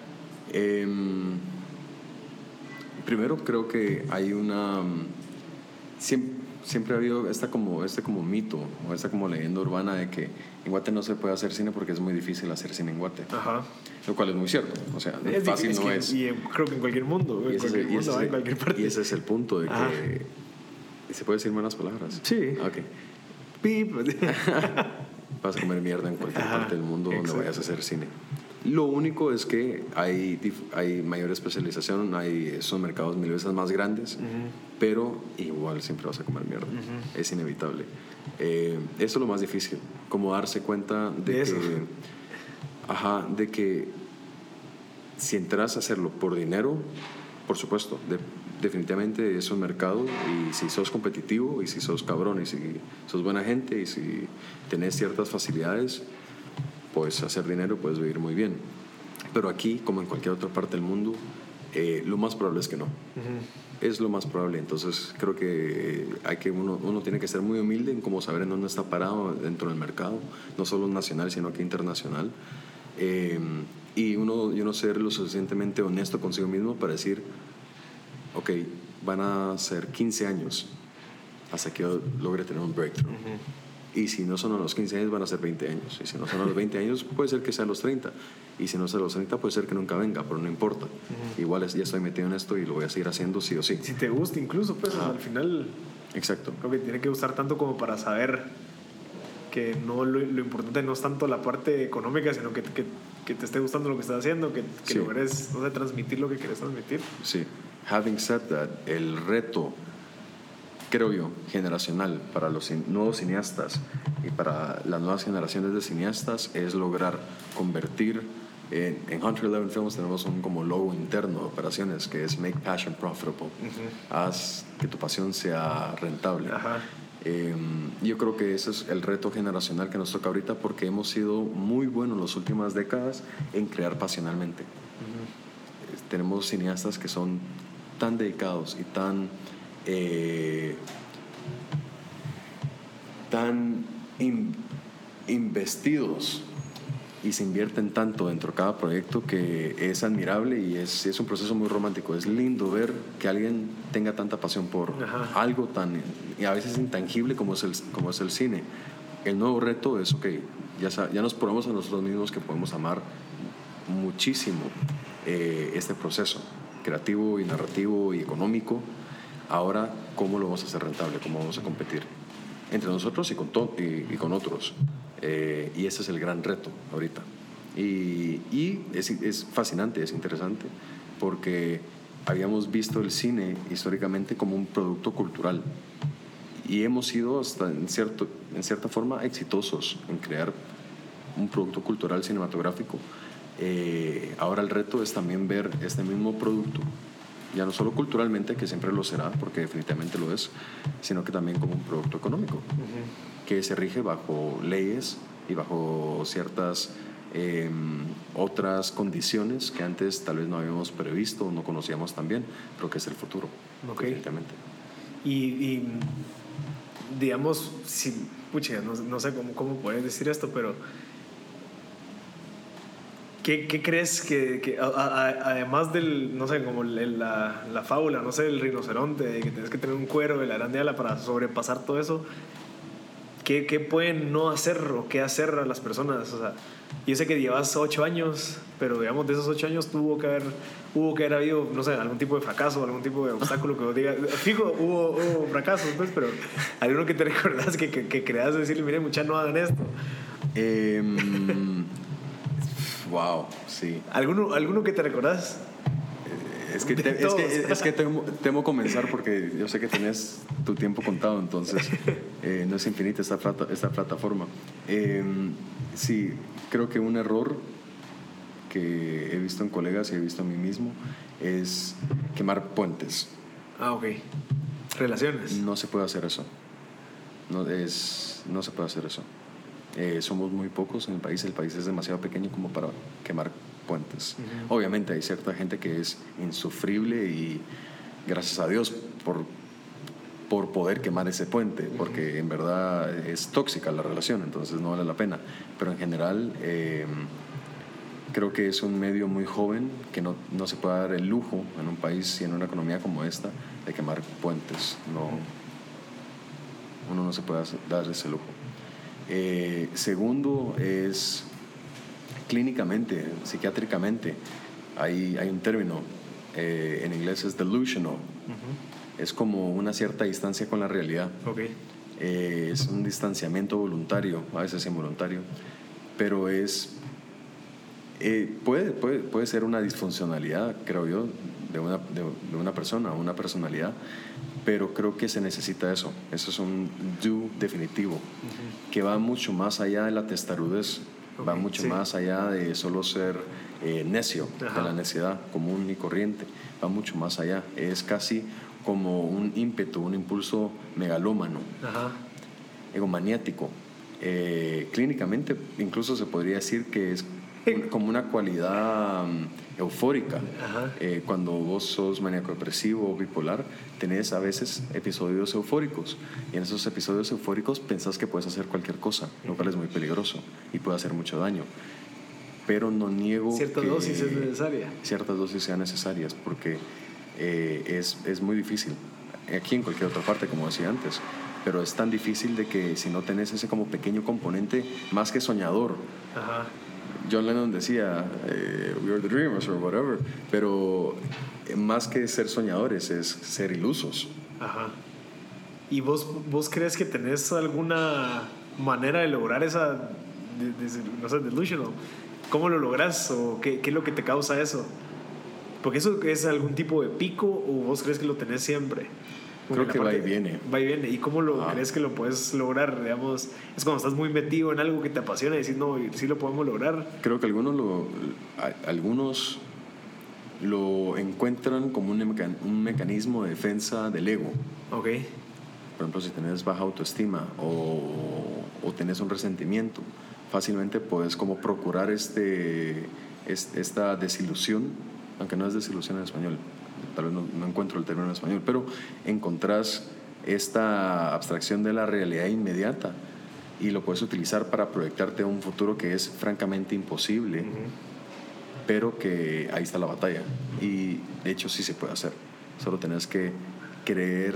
Primero creo que hay una... Siempre ha habido como mito o esta como leyenda urbana de que en Guate no se puede hacer cine porque es muy difícil hacer cine en Guate. Lo cual es muy cierto. O sea, es fácil difícil, no es. Y creo que en cualquier mundo. En cualquier parte. Y ese es el punto de que... ¿Se puede decir buenas palabras? Sí. Ok. Pip. Vas a comer mierda en cualquier parte del mundo donde vayas a hacer cine. Lo único es que hay mayor especialización, son mercados 1000 veces más grandes, pero igual siempre vas a comer mierda. Es inevitable. Eso es lo más difícil, como darse cuenta de que si entras a hacerlo por dinero, por supuesto, definitivamente es un mercado, y si sos competitivo y si sos cabrón y si sos buena gente y si tenés ciertas facilidades, puedes hacer dinero, puedes vivir muy bien. Pero aquí, como en cualquier otra parte del mundo, lo más probable es que no. Es lo más probable. Entonces creo que uno tiene que ser muy humilde en cómo saber en dónde está parado dentro del mercado, no solo nacional sino que internacional, y uno ser lo suficientemente honesto consigo mismo para decir, ok, van a ser 15 años hasta que yo logre tener un breakthrough. Y si no son a los 15 años, van a ser 20 años. Y si no son a los 20 años, puede ser que sea a los 30. Y si no es a los 30, puede ser que nunca venga, pero no importa. Igual ya estoy metido en esto y lo voy a seguir haciendo sí o sí. Si te gusta incluso, pues al final... Exacto. Creo que tiene que gustar tanto como para saber que no lo importante no es tanto la parte económica, sino que te esté gustando lo que estás haciendo, que logres, no sé, transmitir lo que quieres transmitir. Sí. Having said that, el reto, creo yo, generacional para los nuevos cineastas y para las nuevas generaciones de cineastas es lograr convertir en Hunter 11 Films tenemos un como logo interno de operaciones que es Make Passion Profitable. Haz que tu pasión sea rentable. Yo creo que ese es el reto generacional que nos toca ahorita, porque hemos sido muy buenos en las últimas décadas en crear pasionalmente. Tenemos cineastas que son tan dedicados y tan investidos y se invierten tanto dentro de cada proyecto que es admirable y es un proceso muy romántico. Es lindo ver que alguien tenga tanta pasión por algo tan y a veces intangible como es el cine. El nuevo reto es, ok, ya nos probamos a nosotros mismos que podemos amar muchísimo este proceso creativo y narrativo y económico. Ahora, ¿cómo lo vamos a hacer rentable? ¿Cómo vamos a competir entre nosotros y con otros? Y ese es el gran reto ahorita. Y es fascinante, es interesante, porque habíamos visto el cine históricamente como un producto cultural y hemos sido hasta en cierta forma exitosos en crear un producto cultural cinematográfico. Ahora el reto es también ver este mismo producto, ya no solo culturalmente, que siempre lo será, porque definitivamente lo es, sino que también como un producto económico, que se rige bajo leyes y bajo ciertas otras condiciones que antes tal vez no habíamos previsto o no conocíamos tan bien, pero que es el futuro, definitivamente. Y digamos, no sé cómo puedes decir esto, pero ¿Qué crees además del, no sé, como la fábula, no sé, del rinoceronte, de que tienes que tener un cuero de la grande ala para sobrepasar todo eso? ¿Qué pueden no hacer o qué hacer a las personas? O sea, yo sé que llevas 8 años, pero digamos de esos 8 años hubo que haber habido, no sé, algún tipo de fracaso, algún tipo de obstáculo que vos digas. Fijo, hubo fracasos, pues, pero alguno que te recordás que creas decirle, mire, mucha, no hagan esto. Wow, sí. ¿Alguno que te recordás? Es que temo comenzar porque yo sé que tenés tu tiempo contado, entonces no es infinita esta plataforma. Sí, creo que un error que he visto en colegas y he visto a mí mismo es quemar puentes. Ah, ok. Relaciones. No se puede hacer eso. No se puede hacer eso. Somos muy pocos en el país es demasiado pequeño como para quemar puentes. Uh-huh. Obviamente hay cierta gente que es insufrible y gracias a Dios por poder quemar ese puente, uh-huh, porque en verdad es tóxica la relación, entonces no vale la pena. Pero en general creo que es un medio muy joven que no se puede dar el lujo en un país y en una economía como esta de quemar puentes. Uno no se puede dar ese lujo. Segundo es clínicamente, psiquiátricamente, hay un término, en inglés es delusional. Uh-huh. Es como una cierta distancia con la realidad. Okay. Es un distanciamiento voluntario, a veces involuntario, pero puede ser una disfuncionalidad, creo yo, de una persona, una personalidad, pero creo que se necesita eso. Eso es un do definitivo, uh-huh, que va mucho más allá de la testarudez, okay, va mucho más allá de solo ser necio, uh-huh, de la necedad común y corriente, va mucho más allá. Es casi como un ímpetu, un impulso megalómano, uh-huh, egomaniático. Clínicamente incluso se podría decir que es como una cualidad eufórica. Uh-huh. Cuando vos sos maníaco depresivo o bipolar, tenés a veces episodios eufóricos, y en esos episodios eufóricos pensás que puedes hacer cualquier cosa, lo cual es muy peligroso y puede hacer mucho daño. Pero no niego cierta dosis es necesaria. Ciertas dosis sean necesarias, porque es muy difícil, aquí en cualquier otra parte, como decía antes, pero es tan difícil de que si no tenés ese como pequeño componente más que soñador. Ajá. John Lennon decía we are the dreamers or whatever, pero más que ser soñadores es ser ilusos. Ajá. ¿Y vos crees que tenés alguna manera de lograr esa no sé, delusional? ¿Cómo lo lográs o qué es lo que te causa eso? Porque eso es algún tipo de pico, o vos crees que lo tenés siempre. Creo que va y viene. Va y viene. ¿Y cómo lo crees que lo puedes lograr? Digamos, es cuando estás muy metido en algo que te apasiona y decís, no, sí lo podemos lograr. Creo que algunos lo encuentran como un mecanismo de defensa del ego. Ok. Por ejemplo, si tenés baja autoestima o tenés un resentimiento, fácilmente puedes como procurar esta desilusión, aunque no es desilusión en español, tal vez no encuentro el término en español, pero encontrás esta abstracción de la realidad inmediata y lo puedes utilizar para proyectarte a un futuro que es francamente imposible, uh-huh, pero que ahí está la batalla, y de hecho sí se puede hacer. Solo tenés que creer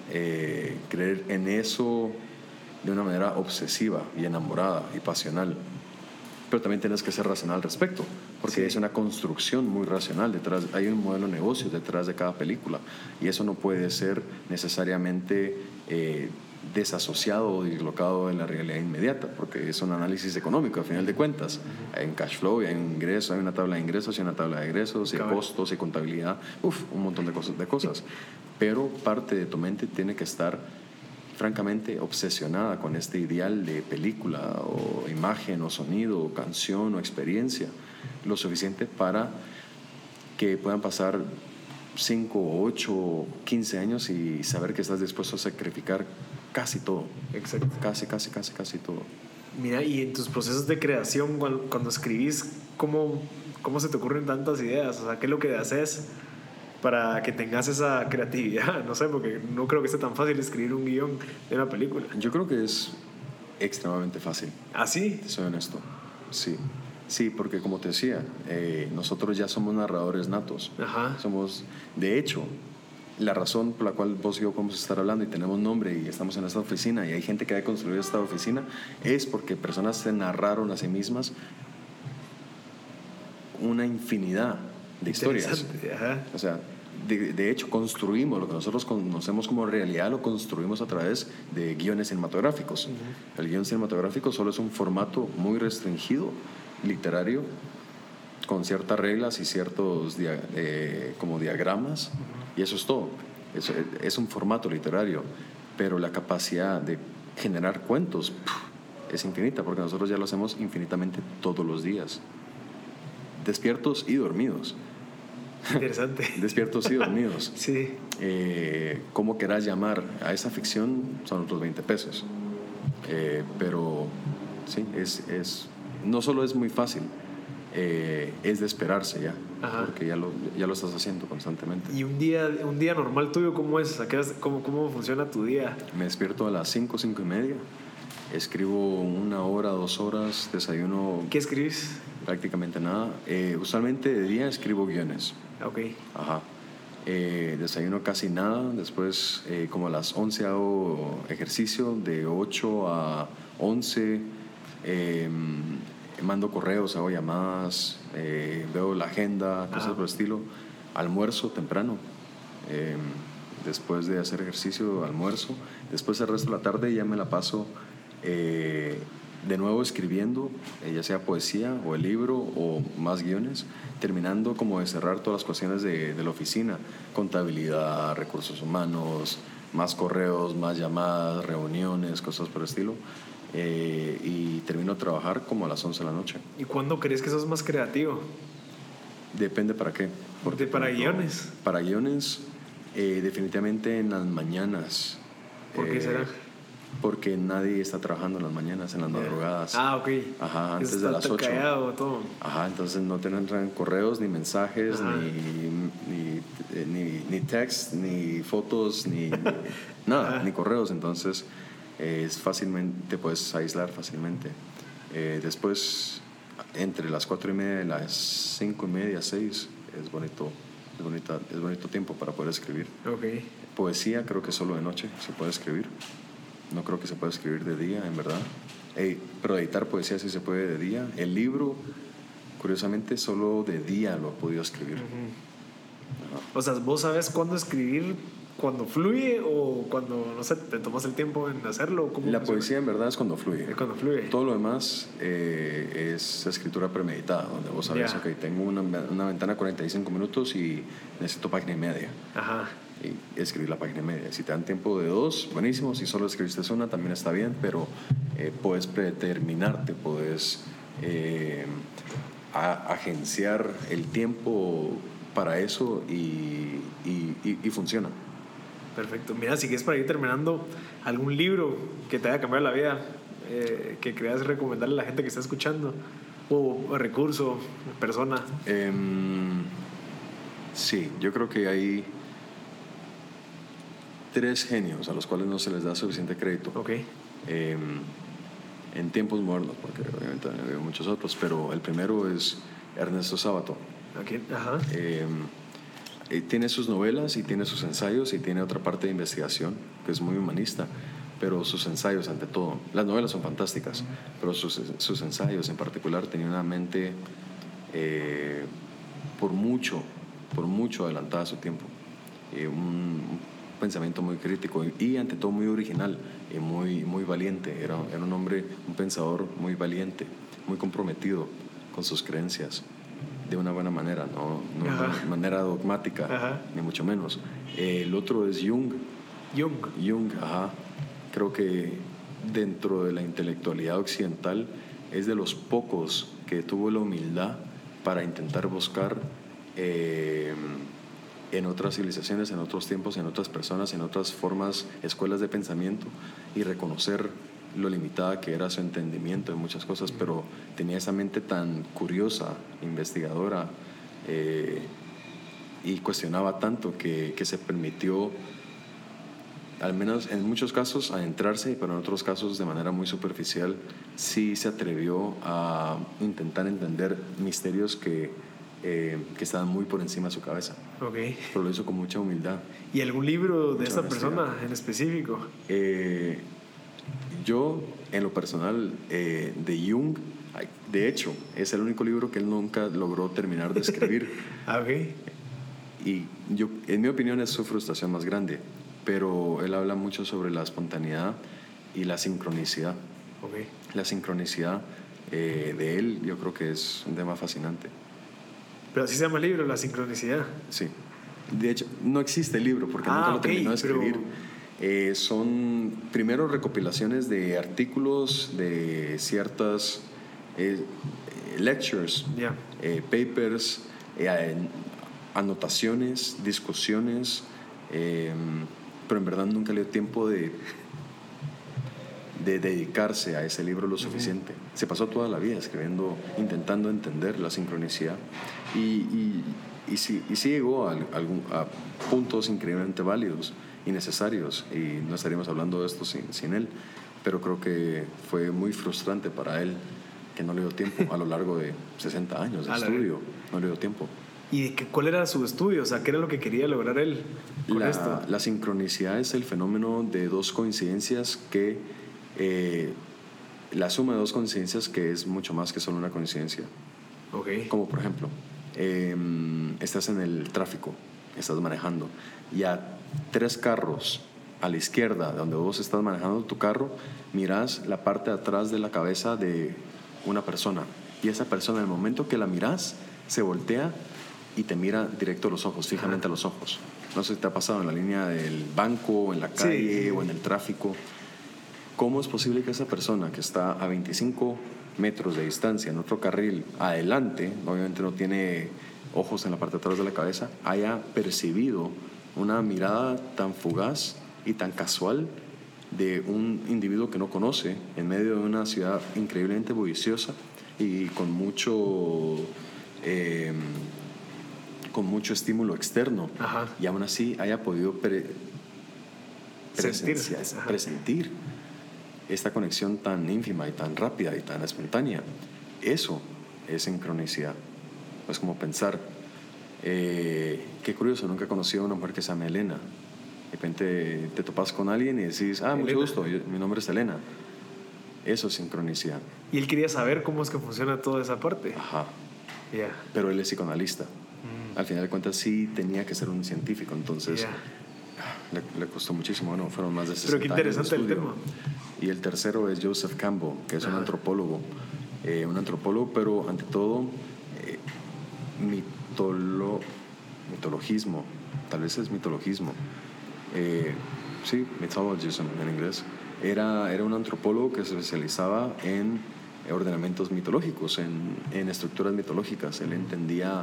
en eso de una manera obsesiva y enamorada y pasional, pero también tienes que ser racional al respecto, porque sí, es una construcción muy racional detrás. Hay un modelo de negocio detrás de cada película, y eso no puede ser necesariamente desasociado o dislocado de la realidad inmediata, porque es un análisis económico a final de cuentas. Hay un cash flow, hay un ingreso, hay una tabla de ingresos y una tabla de egresos, y costos y contabilidad, un montón de cosas. Pero parte de tu mente tiene que estar francamente obsesionada con este ideal de película o imagen o sonido o canción o experiencia, lo suficiente para que puedan pasar 5, 8, 15 años y saber que estás dispuesto a sacrificar casi todo. Exacto. Casi todo. Mira, y en tus procesos de creación, cuando escribís, ¿cómo se te ocurren tantas ideas? O sea, ¿qué es lo que haces para que tengas esa creatividad? No sé, porque no creo que sea tan fácil escribir un guión de una película. Yo creo que es extremadamente fácil. ¿Ah, sí? Soy honesto, sí. Sí, porque como te decía, nosotros ya somos narradores natos. Ajá. De hecho, la razón por la cual vos y yo podemos estar hablando y tenemos nombre y estamos en esta oficina y hay gente que ha construido esta oficina es porque personas se narraron a sí mismas una infinidad de historias. Ajá. O sea, de hecho, construimos lo que nosotros conocemos como realidad, lo construimos a través de guiones cinematográficos. El guion cinematográfico solo es un formato muy restringido, literario, con ciertas reglas y ciertos como diagramas, y eso es todo. Es un formato literario, pero la capacidad de generar cuentos es infinita, porque nosotros ya lo hacemos infinitamente todos los días, despiertos y dormidos. Interesante. Despiertos y dormidos. Sí. Como querás llamar a esa ficción, son otros 20 pesos. Pero sí, no solo es muy fácil, es de esperarse ya. Ajá. Porque ya lo estás haciendo constantemente. ¿Y un día normal tuyo cómo es? ¿Cómo funciona tu día? Me despierto a las 5, 5 y media. Escribo 1 hora, 2 horas, desayuno. ¿Qué escribís? Prácticamente nada. Usualmente de día escribo guiones. Ok. Ajá. Desayuno casi nada. Después, como a las 11 hago ejercicio. De 8 a 11 mando correos, hago llamadas, veo la agenda, cosas por el estilo. Almuerzo temprano. Después de hacer ejercicio, almuerzo. Después el resto de la tarde ya me la paso de nuevo escribiendo, ya sea poesía o el libro o más guiones, terminando como de cerrar todas las cuestiones de la oficina, contabilidad, recursos humanos, más correos, más llamadas, reuniones, cosas por el estilo, y termino de trabajar como a las 11 de la noche. ¿Y cuándo crees que sos más creativo? Depende para qué. Porque para guiones. Para guiones, definitivamente en las mañanas. ¿Por qué será? Porque nadie está trabajando en las mañanas, en las madrugadas. Ah, ok. Ajá, antes de las 8. Callado, todo. Ajá, entonces no te entran correos, ni mensajes, ni text, ni fotos, ni nada, ni correos. Entonces te puedes aislar fácilmente. Después, entre las 4 y media y las 5 y media, 6, es bonito tiempo para poder escribir. Okay. Poesía creo que solo de noche se puede escribir. No creo que se pueda escribir de día, en verdad. Pero editar poesía sí se puede de día. El libro, curiosamente, solo de día lo he podido escribir. O sea, ¿vos sabes cuándo escribir? ¿Cuando fluye o cuando, no sé, te tomas el tiempo en hacerlo? ¿Cómo la poesía en verdad es cuando fluye. Es cuando fluye. Todo lo demás es escritura premeditada, donde vos sabes, ok, tengo una ventana de 45 minutos y necesito página y media. Ajá. Y escribir la página y media. Si te dan tiempo de 2, buenísimo. Si solo escribiste una, también está bien, pero puedes predeterminarte, puedes agenciar el tiempo para eso y funciona. Perfecto. Mira, si quieres para ir terminando, algún libro que te haya cambiado la vida, que creas recomendarle a la gente que está escuchando, o recurso, persona. Sí, yo creo que hay 3 genios a los cuales no se les da suficiente crédito. Okay. En tiempos modernos, porque obviamente hay muchos otros, pero el primero es Ernesto Sábato. Okay. Ajá. Tiene sus novelas y tiene sus ensayos y tiene otra parte de investigación que es muy humanista, pero sus ensayos ante todo. Las novelas son fantásticas, pero sus ensayos en particular tenían una mente por mucho adelantada a su tiempo. Un pensamiento muy crítico y ante todo muy original y muy valiente. Era un hombre, un pensador muy valiente, muy comprometido con sus creencias de una buena manera, no de una manera dogmática, ni mucho menos. El otro es Jung, ajá. Creo que dentro de la intelectualidad occidental es de los pocos que tuvo la humildad para intentar buscar en otras civilizaciones, en otros tiempos, en otras personas, en otras formas, escuelas de pensamiento, y reconocer lo limitada que era su entendimiento de muchas cosas, pero tenía esa mente tan curiosa, investigadora, y cuestionaba tanto que se permitió al menos en muchos casos, adentrarse, pero en otros casos de manera muy superficial, sí se atrevió a intentar entender misterios que estaban muy por encima de su cabeza. Okay. Pero lo hizo con mucha humildad. ¿Y algún libro de Mucha esta honestidad. persona en específico? Yo, en lo personal, de Jung, de hecho, es el único libro que él nunca logró terminar de escribir. Okay. Y yo, en mi opinión, es su frustración más grande. Pero él habla mucho sobre la espontaneidad y la sincronicidad. Okay. La sincronicidad de él, yo creo que es un tema fascinante. Pero así se llama el libro, La sincronicidad. Sí. De hecho, no existe el libro porque nunca lo terminó de escribir. Son primero recopilaciones de artículos, de ciertas lectures, Yeah. Papers, anotaciones, discusiones, pero en verdad nunca le dio tiempo de dedicarse a ese libro lo suficiente. Se pasó toda la vida escribiendo, intentando entender la sincronicidad y sí llegó a puntos increíblemente válidos y necesarios, y no estaríamos hablando de esto sin él, pero creo que fue muy frustrante para él que no le dio tiempo a lo largo de 60 años de estudio, no le dio tiempo. ¿Y cuál era su estudio? O sea, ¿qué era lo que quería lograr él con esto? La sincronicidad es el fenómeno de dos coincidencias que la suma de dos coincidencias que es mucho más que solo una coincidencia. Okay. Como por ejemplo, estás en el tráfico, estás manejando y a 3 carros a la izquierda de donde vos estás manejando tu carro, miras la parte de atrás de la cabeza de una persona, y esa persona, en el momento que la miras, se voltea y te mira directo a los ojos, fijamente a los ojos. No sé si te ha pasado en la línea del banco, en la calle, sí, o en el tráfico. ¿Cómo es posible que esa persona que está a 25 metros de distancia en otro carril adelante, obviamente no tiene ojos en la parte de atrás de la cabeza, haya percibido una mirada tan fugaz y tan casual de un individuo que no conoce en medio de una ciudad increíblemente bulliciosa y con mucho estímulo externo? Ajá. Y aún así haya podido presentir esta conexión tan ínfima y tan rápida y tan espontánea. Eso es sincronicidad. Es como pensar, qué curioso, nunca he conocido a una mujer que se llama Elena. De repente te topas con alguien y decís, mucho gusto, mi nombre es Elena. Eso es sincronicidad. Y él quería saber cómo es que funciona toda esa parte. Ajá. Yeah. Pero él es psicoanalista. Al final de cuentas sí tenía que ser un científico, entonces le costó muchísimo. Bueno, fueron más de 60 años. Pero qué interesante el tema. Y el tercero es Joseph Campbell, que es un antropólogo, pero ante todo mitologismo, tal vez es mitologismo, sí, mythologism en inglés. Era un antropólogo que se especializaba en ordenamientos mitológicos, en estructuras mitológicas. Él entendía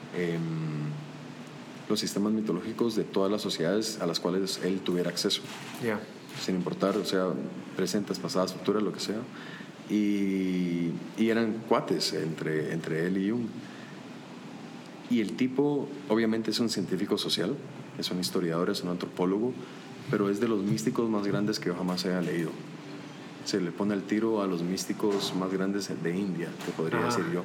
los sistemas mitológicos de todas las sociedades a las cuales él tuviera acceso. Yeah. Sin importar, o sea, presentes, pasadas, futuras, lo que sea. Y eran cuates entre él y Jung. Y el tipo, obviamente, es un científico social, es un historiador, es un antropólogo, pero es de los místicos más grandes que yo jamás haya leído. Se le pone el tiro a los místicos más grandes de India, que podría decir yo.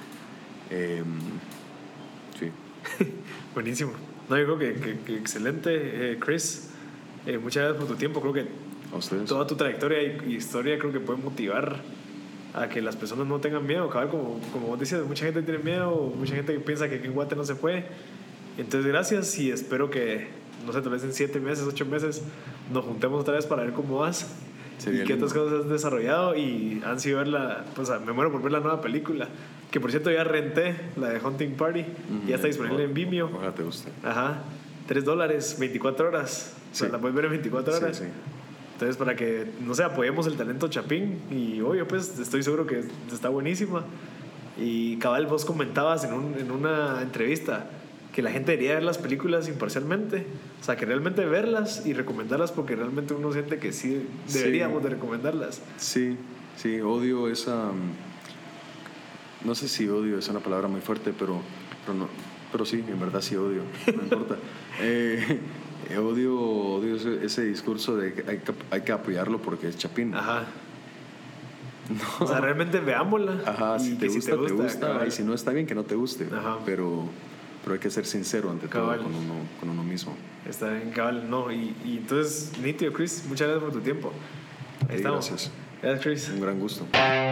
Sí. Buenísimo. No, yo creo que excelente, Chris. Muchas gracias por tu tiempo. Creo que toda tu trayectoria y historia creo que puede motivar a que las personas no tengan miedo. Como vos decías, mucha gente tiene miedo, mucha gente piensa que en Guate no se puede. Entonces, gracias, y espero que, no sé, tal vez en 7 meses, 8 meses nos juntemos otra vez para ver cómo vas. Sería y qué otras cosas has desarrollado. Y han sido verla, pues me muero por ver la nueva película, que por cierto ya renté, la de Hunting Party. Ya está disponible en Vimeo. Ojalá te guste. Ajá, $3, 24 horas. O sea, la puedes ver en 24 horas. Sí. Entonces, para que, no sé, apoyemos el talento chapín. Y obvio, pues estoy seguro que está buenísima. Y cabal, vos comentabas en una entrevista que la gente debería ver las películas imparcialmente. O sea, que realmente verlas y recomendarlas, porque realmente uno siente que sí deberíamos de recomendarlas. Sí, odio esa... No sé si odio es una palabra muy fuerte, pero sí, en verdad sí odio, no importa. Odio ese discurso de que hay que apoyarlo porque es Chapín. Ajá. No. O sea, realmente veámosla. Ajá, si te gusta, te gusta. cabal. Y si no está bien, que no te guste. Ajá. Pero hay que ser sincero ante Cabal. todo con uno mismo. Está bien, cabal. No, y entonces, nítido, Chris, muchas gracias por tu tiempo. Ahí estamos. Gracias. Gracias, Chris. Un gran gusto.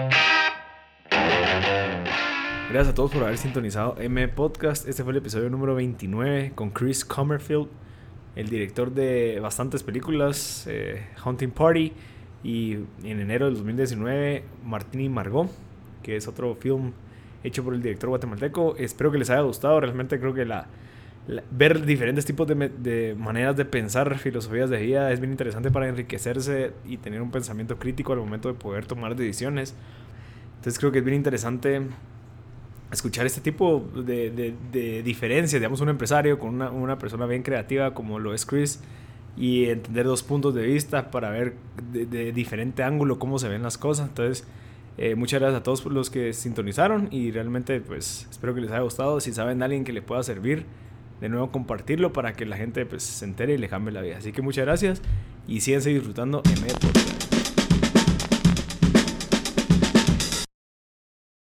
Gracias a todos por haber sintonizado M Podcast. Este fue el episodio número 29 con Chris Commerfield, el director de bastantes películas, Hunting Party, y en enero del 2019 Martín y Margot, que es otro film hecho por el director guatemalteco. Espero que les haya gustado. Realmente creo que ver diferentes tipos de maneras de pensar, filosofías de vida, es bien interesante para enriquecerse y tener un pensamiento crítico al momento de poder tomar decisiones. Entonces creo que es bien interesante escuchar este tipo de diferencias, digamos, un empresario con una persona bien creativa como lo es Chris, y entender dos puntos de vista para ver de diferente ángulo cómo se ven las cosas. Entonces, muchas gracias a todos los que sintonizaron y realmente pues espero que les haya gustado. Si saben de alguien que le pueda servir, de nuevo compartirlo para que la gente pues se entere y le cambie la vida. Así que muchas gracias y síganse disfrutando en M Podcast.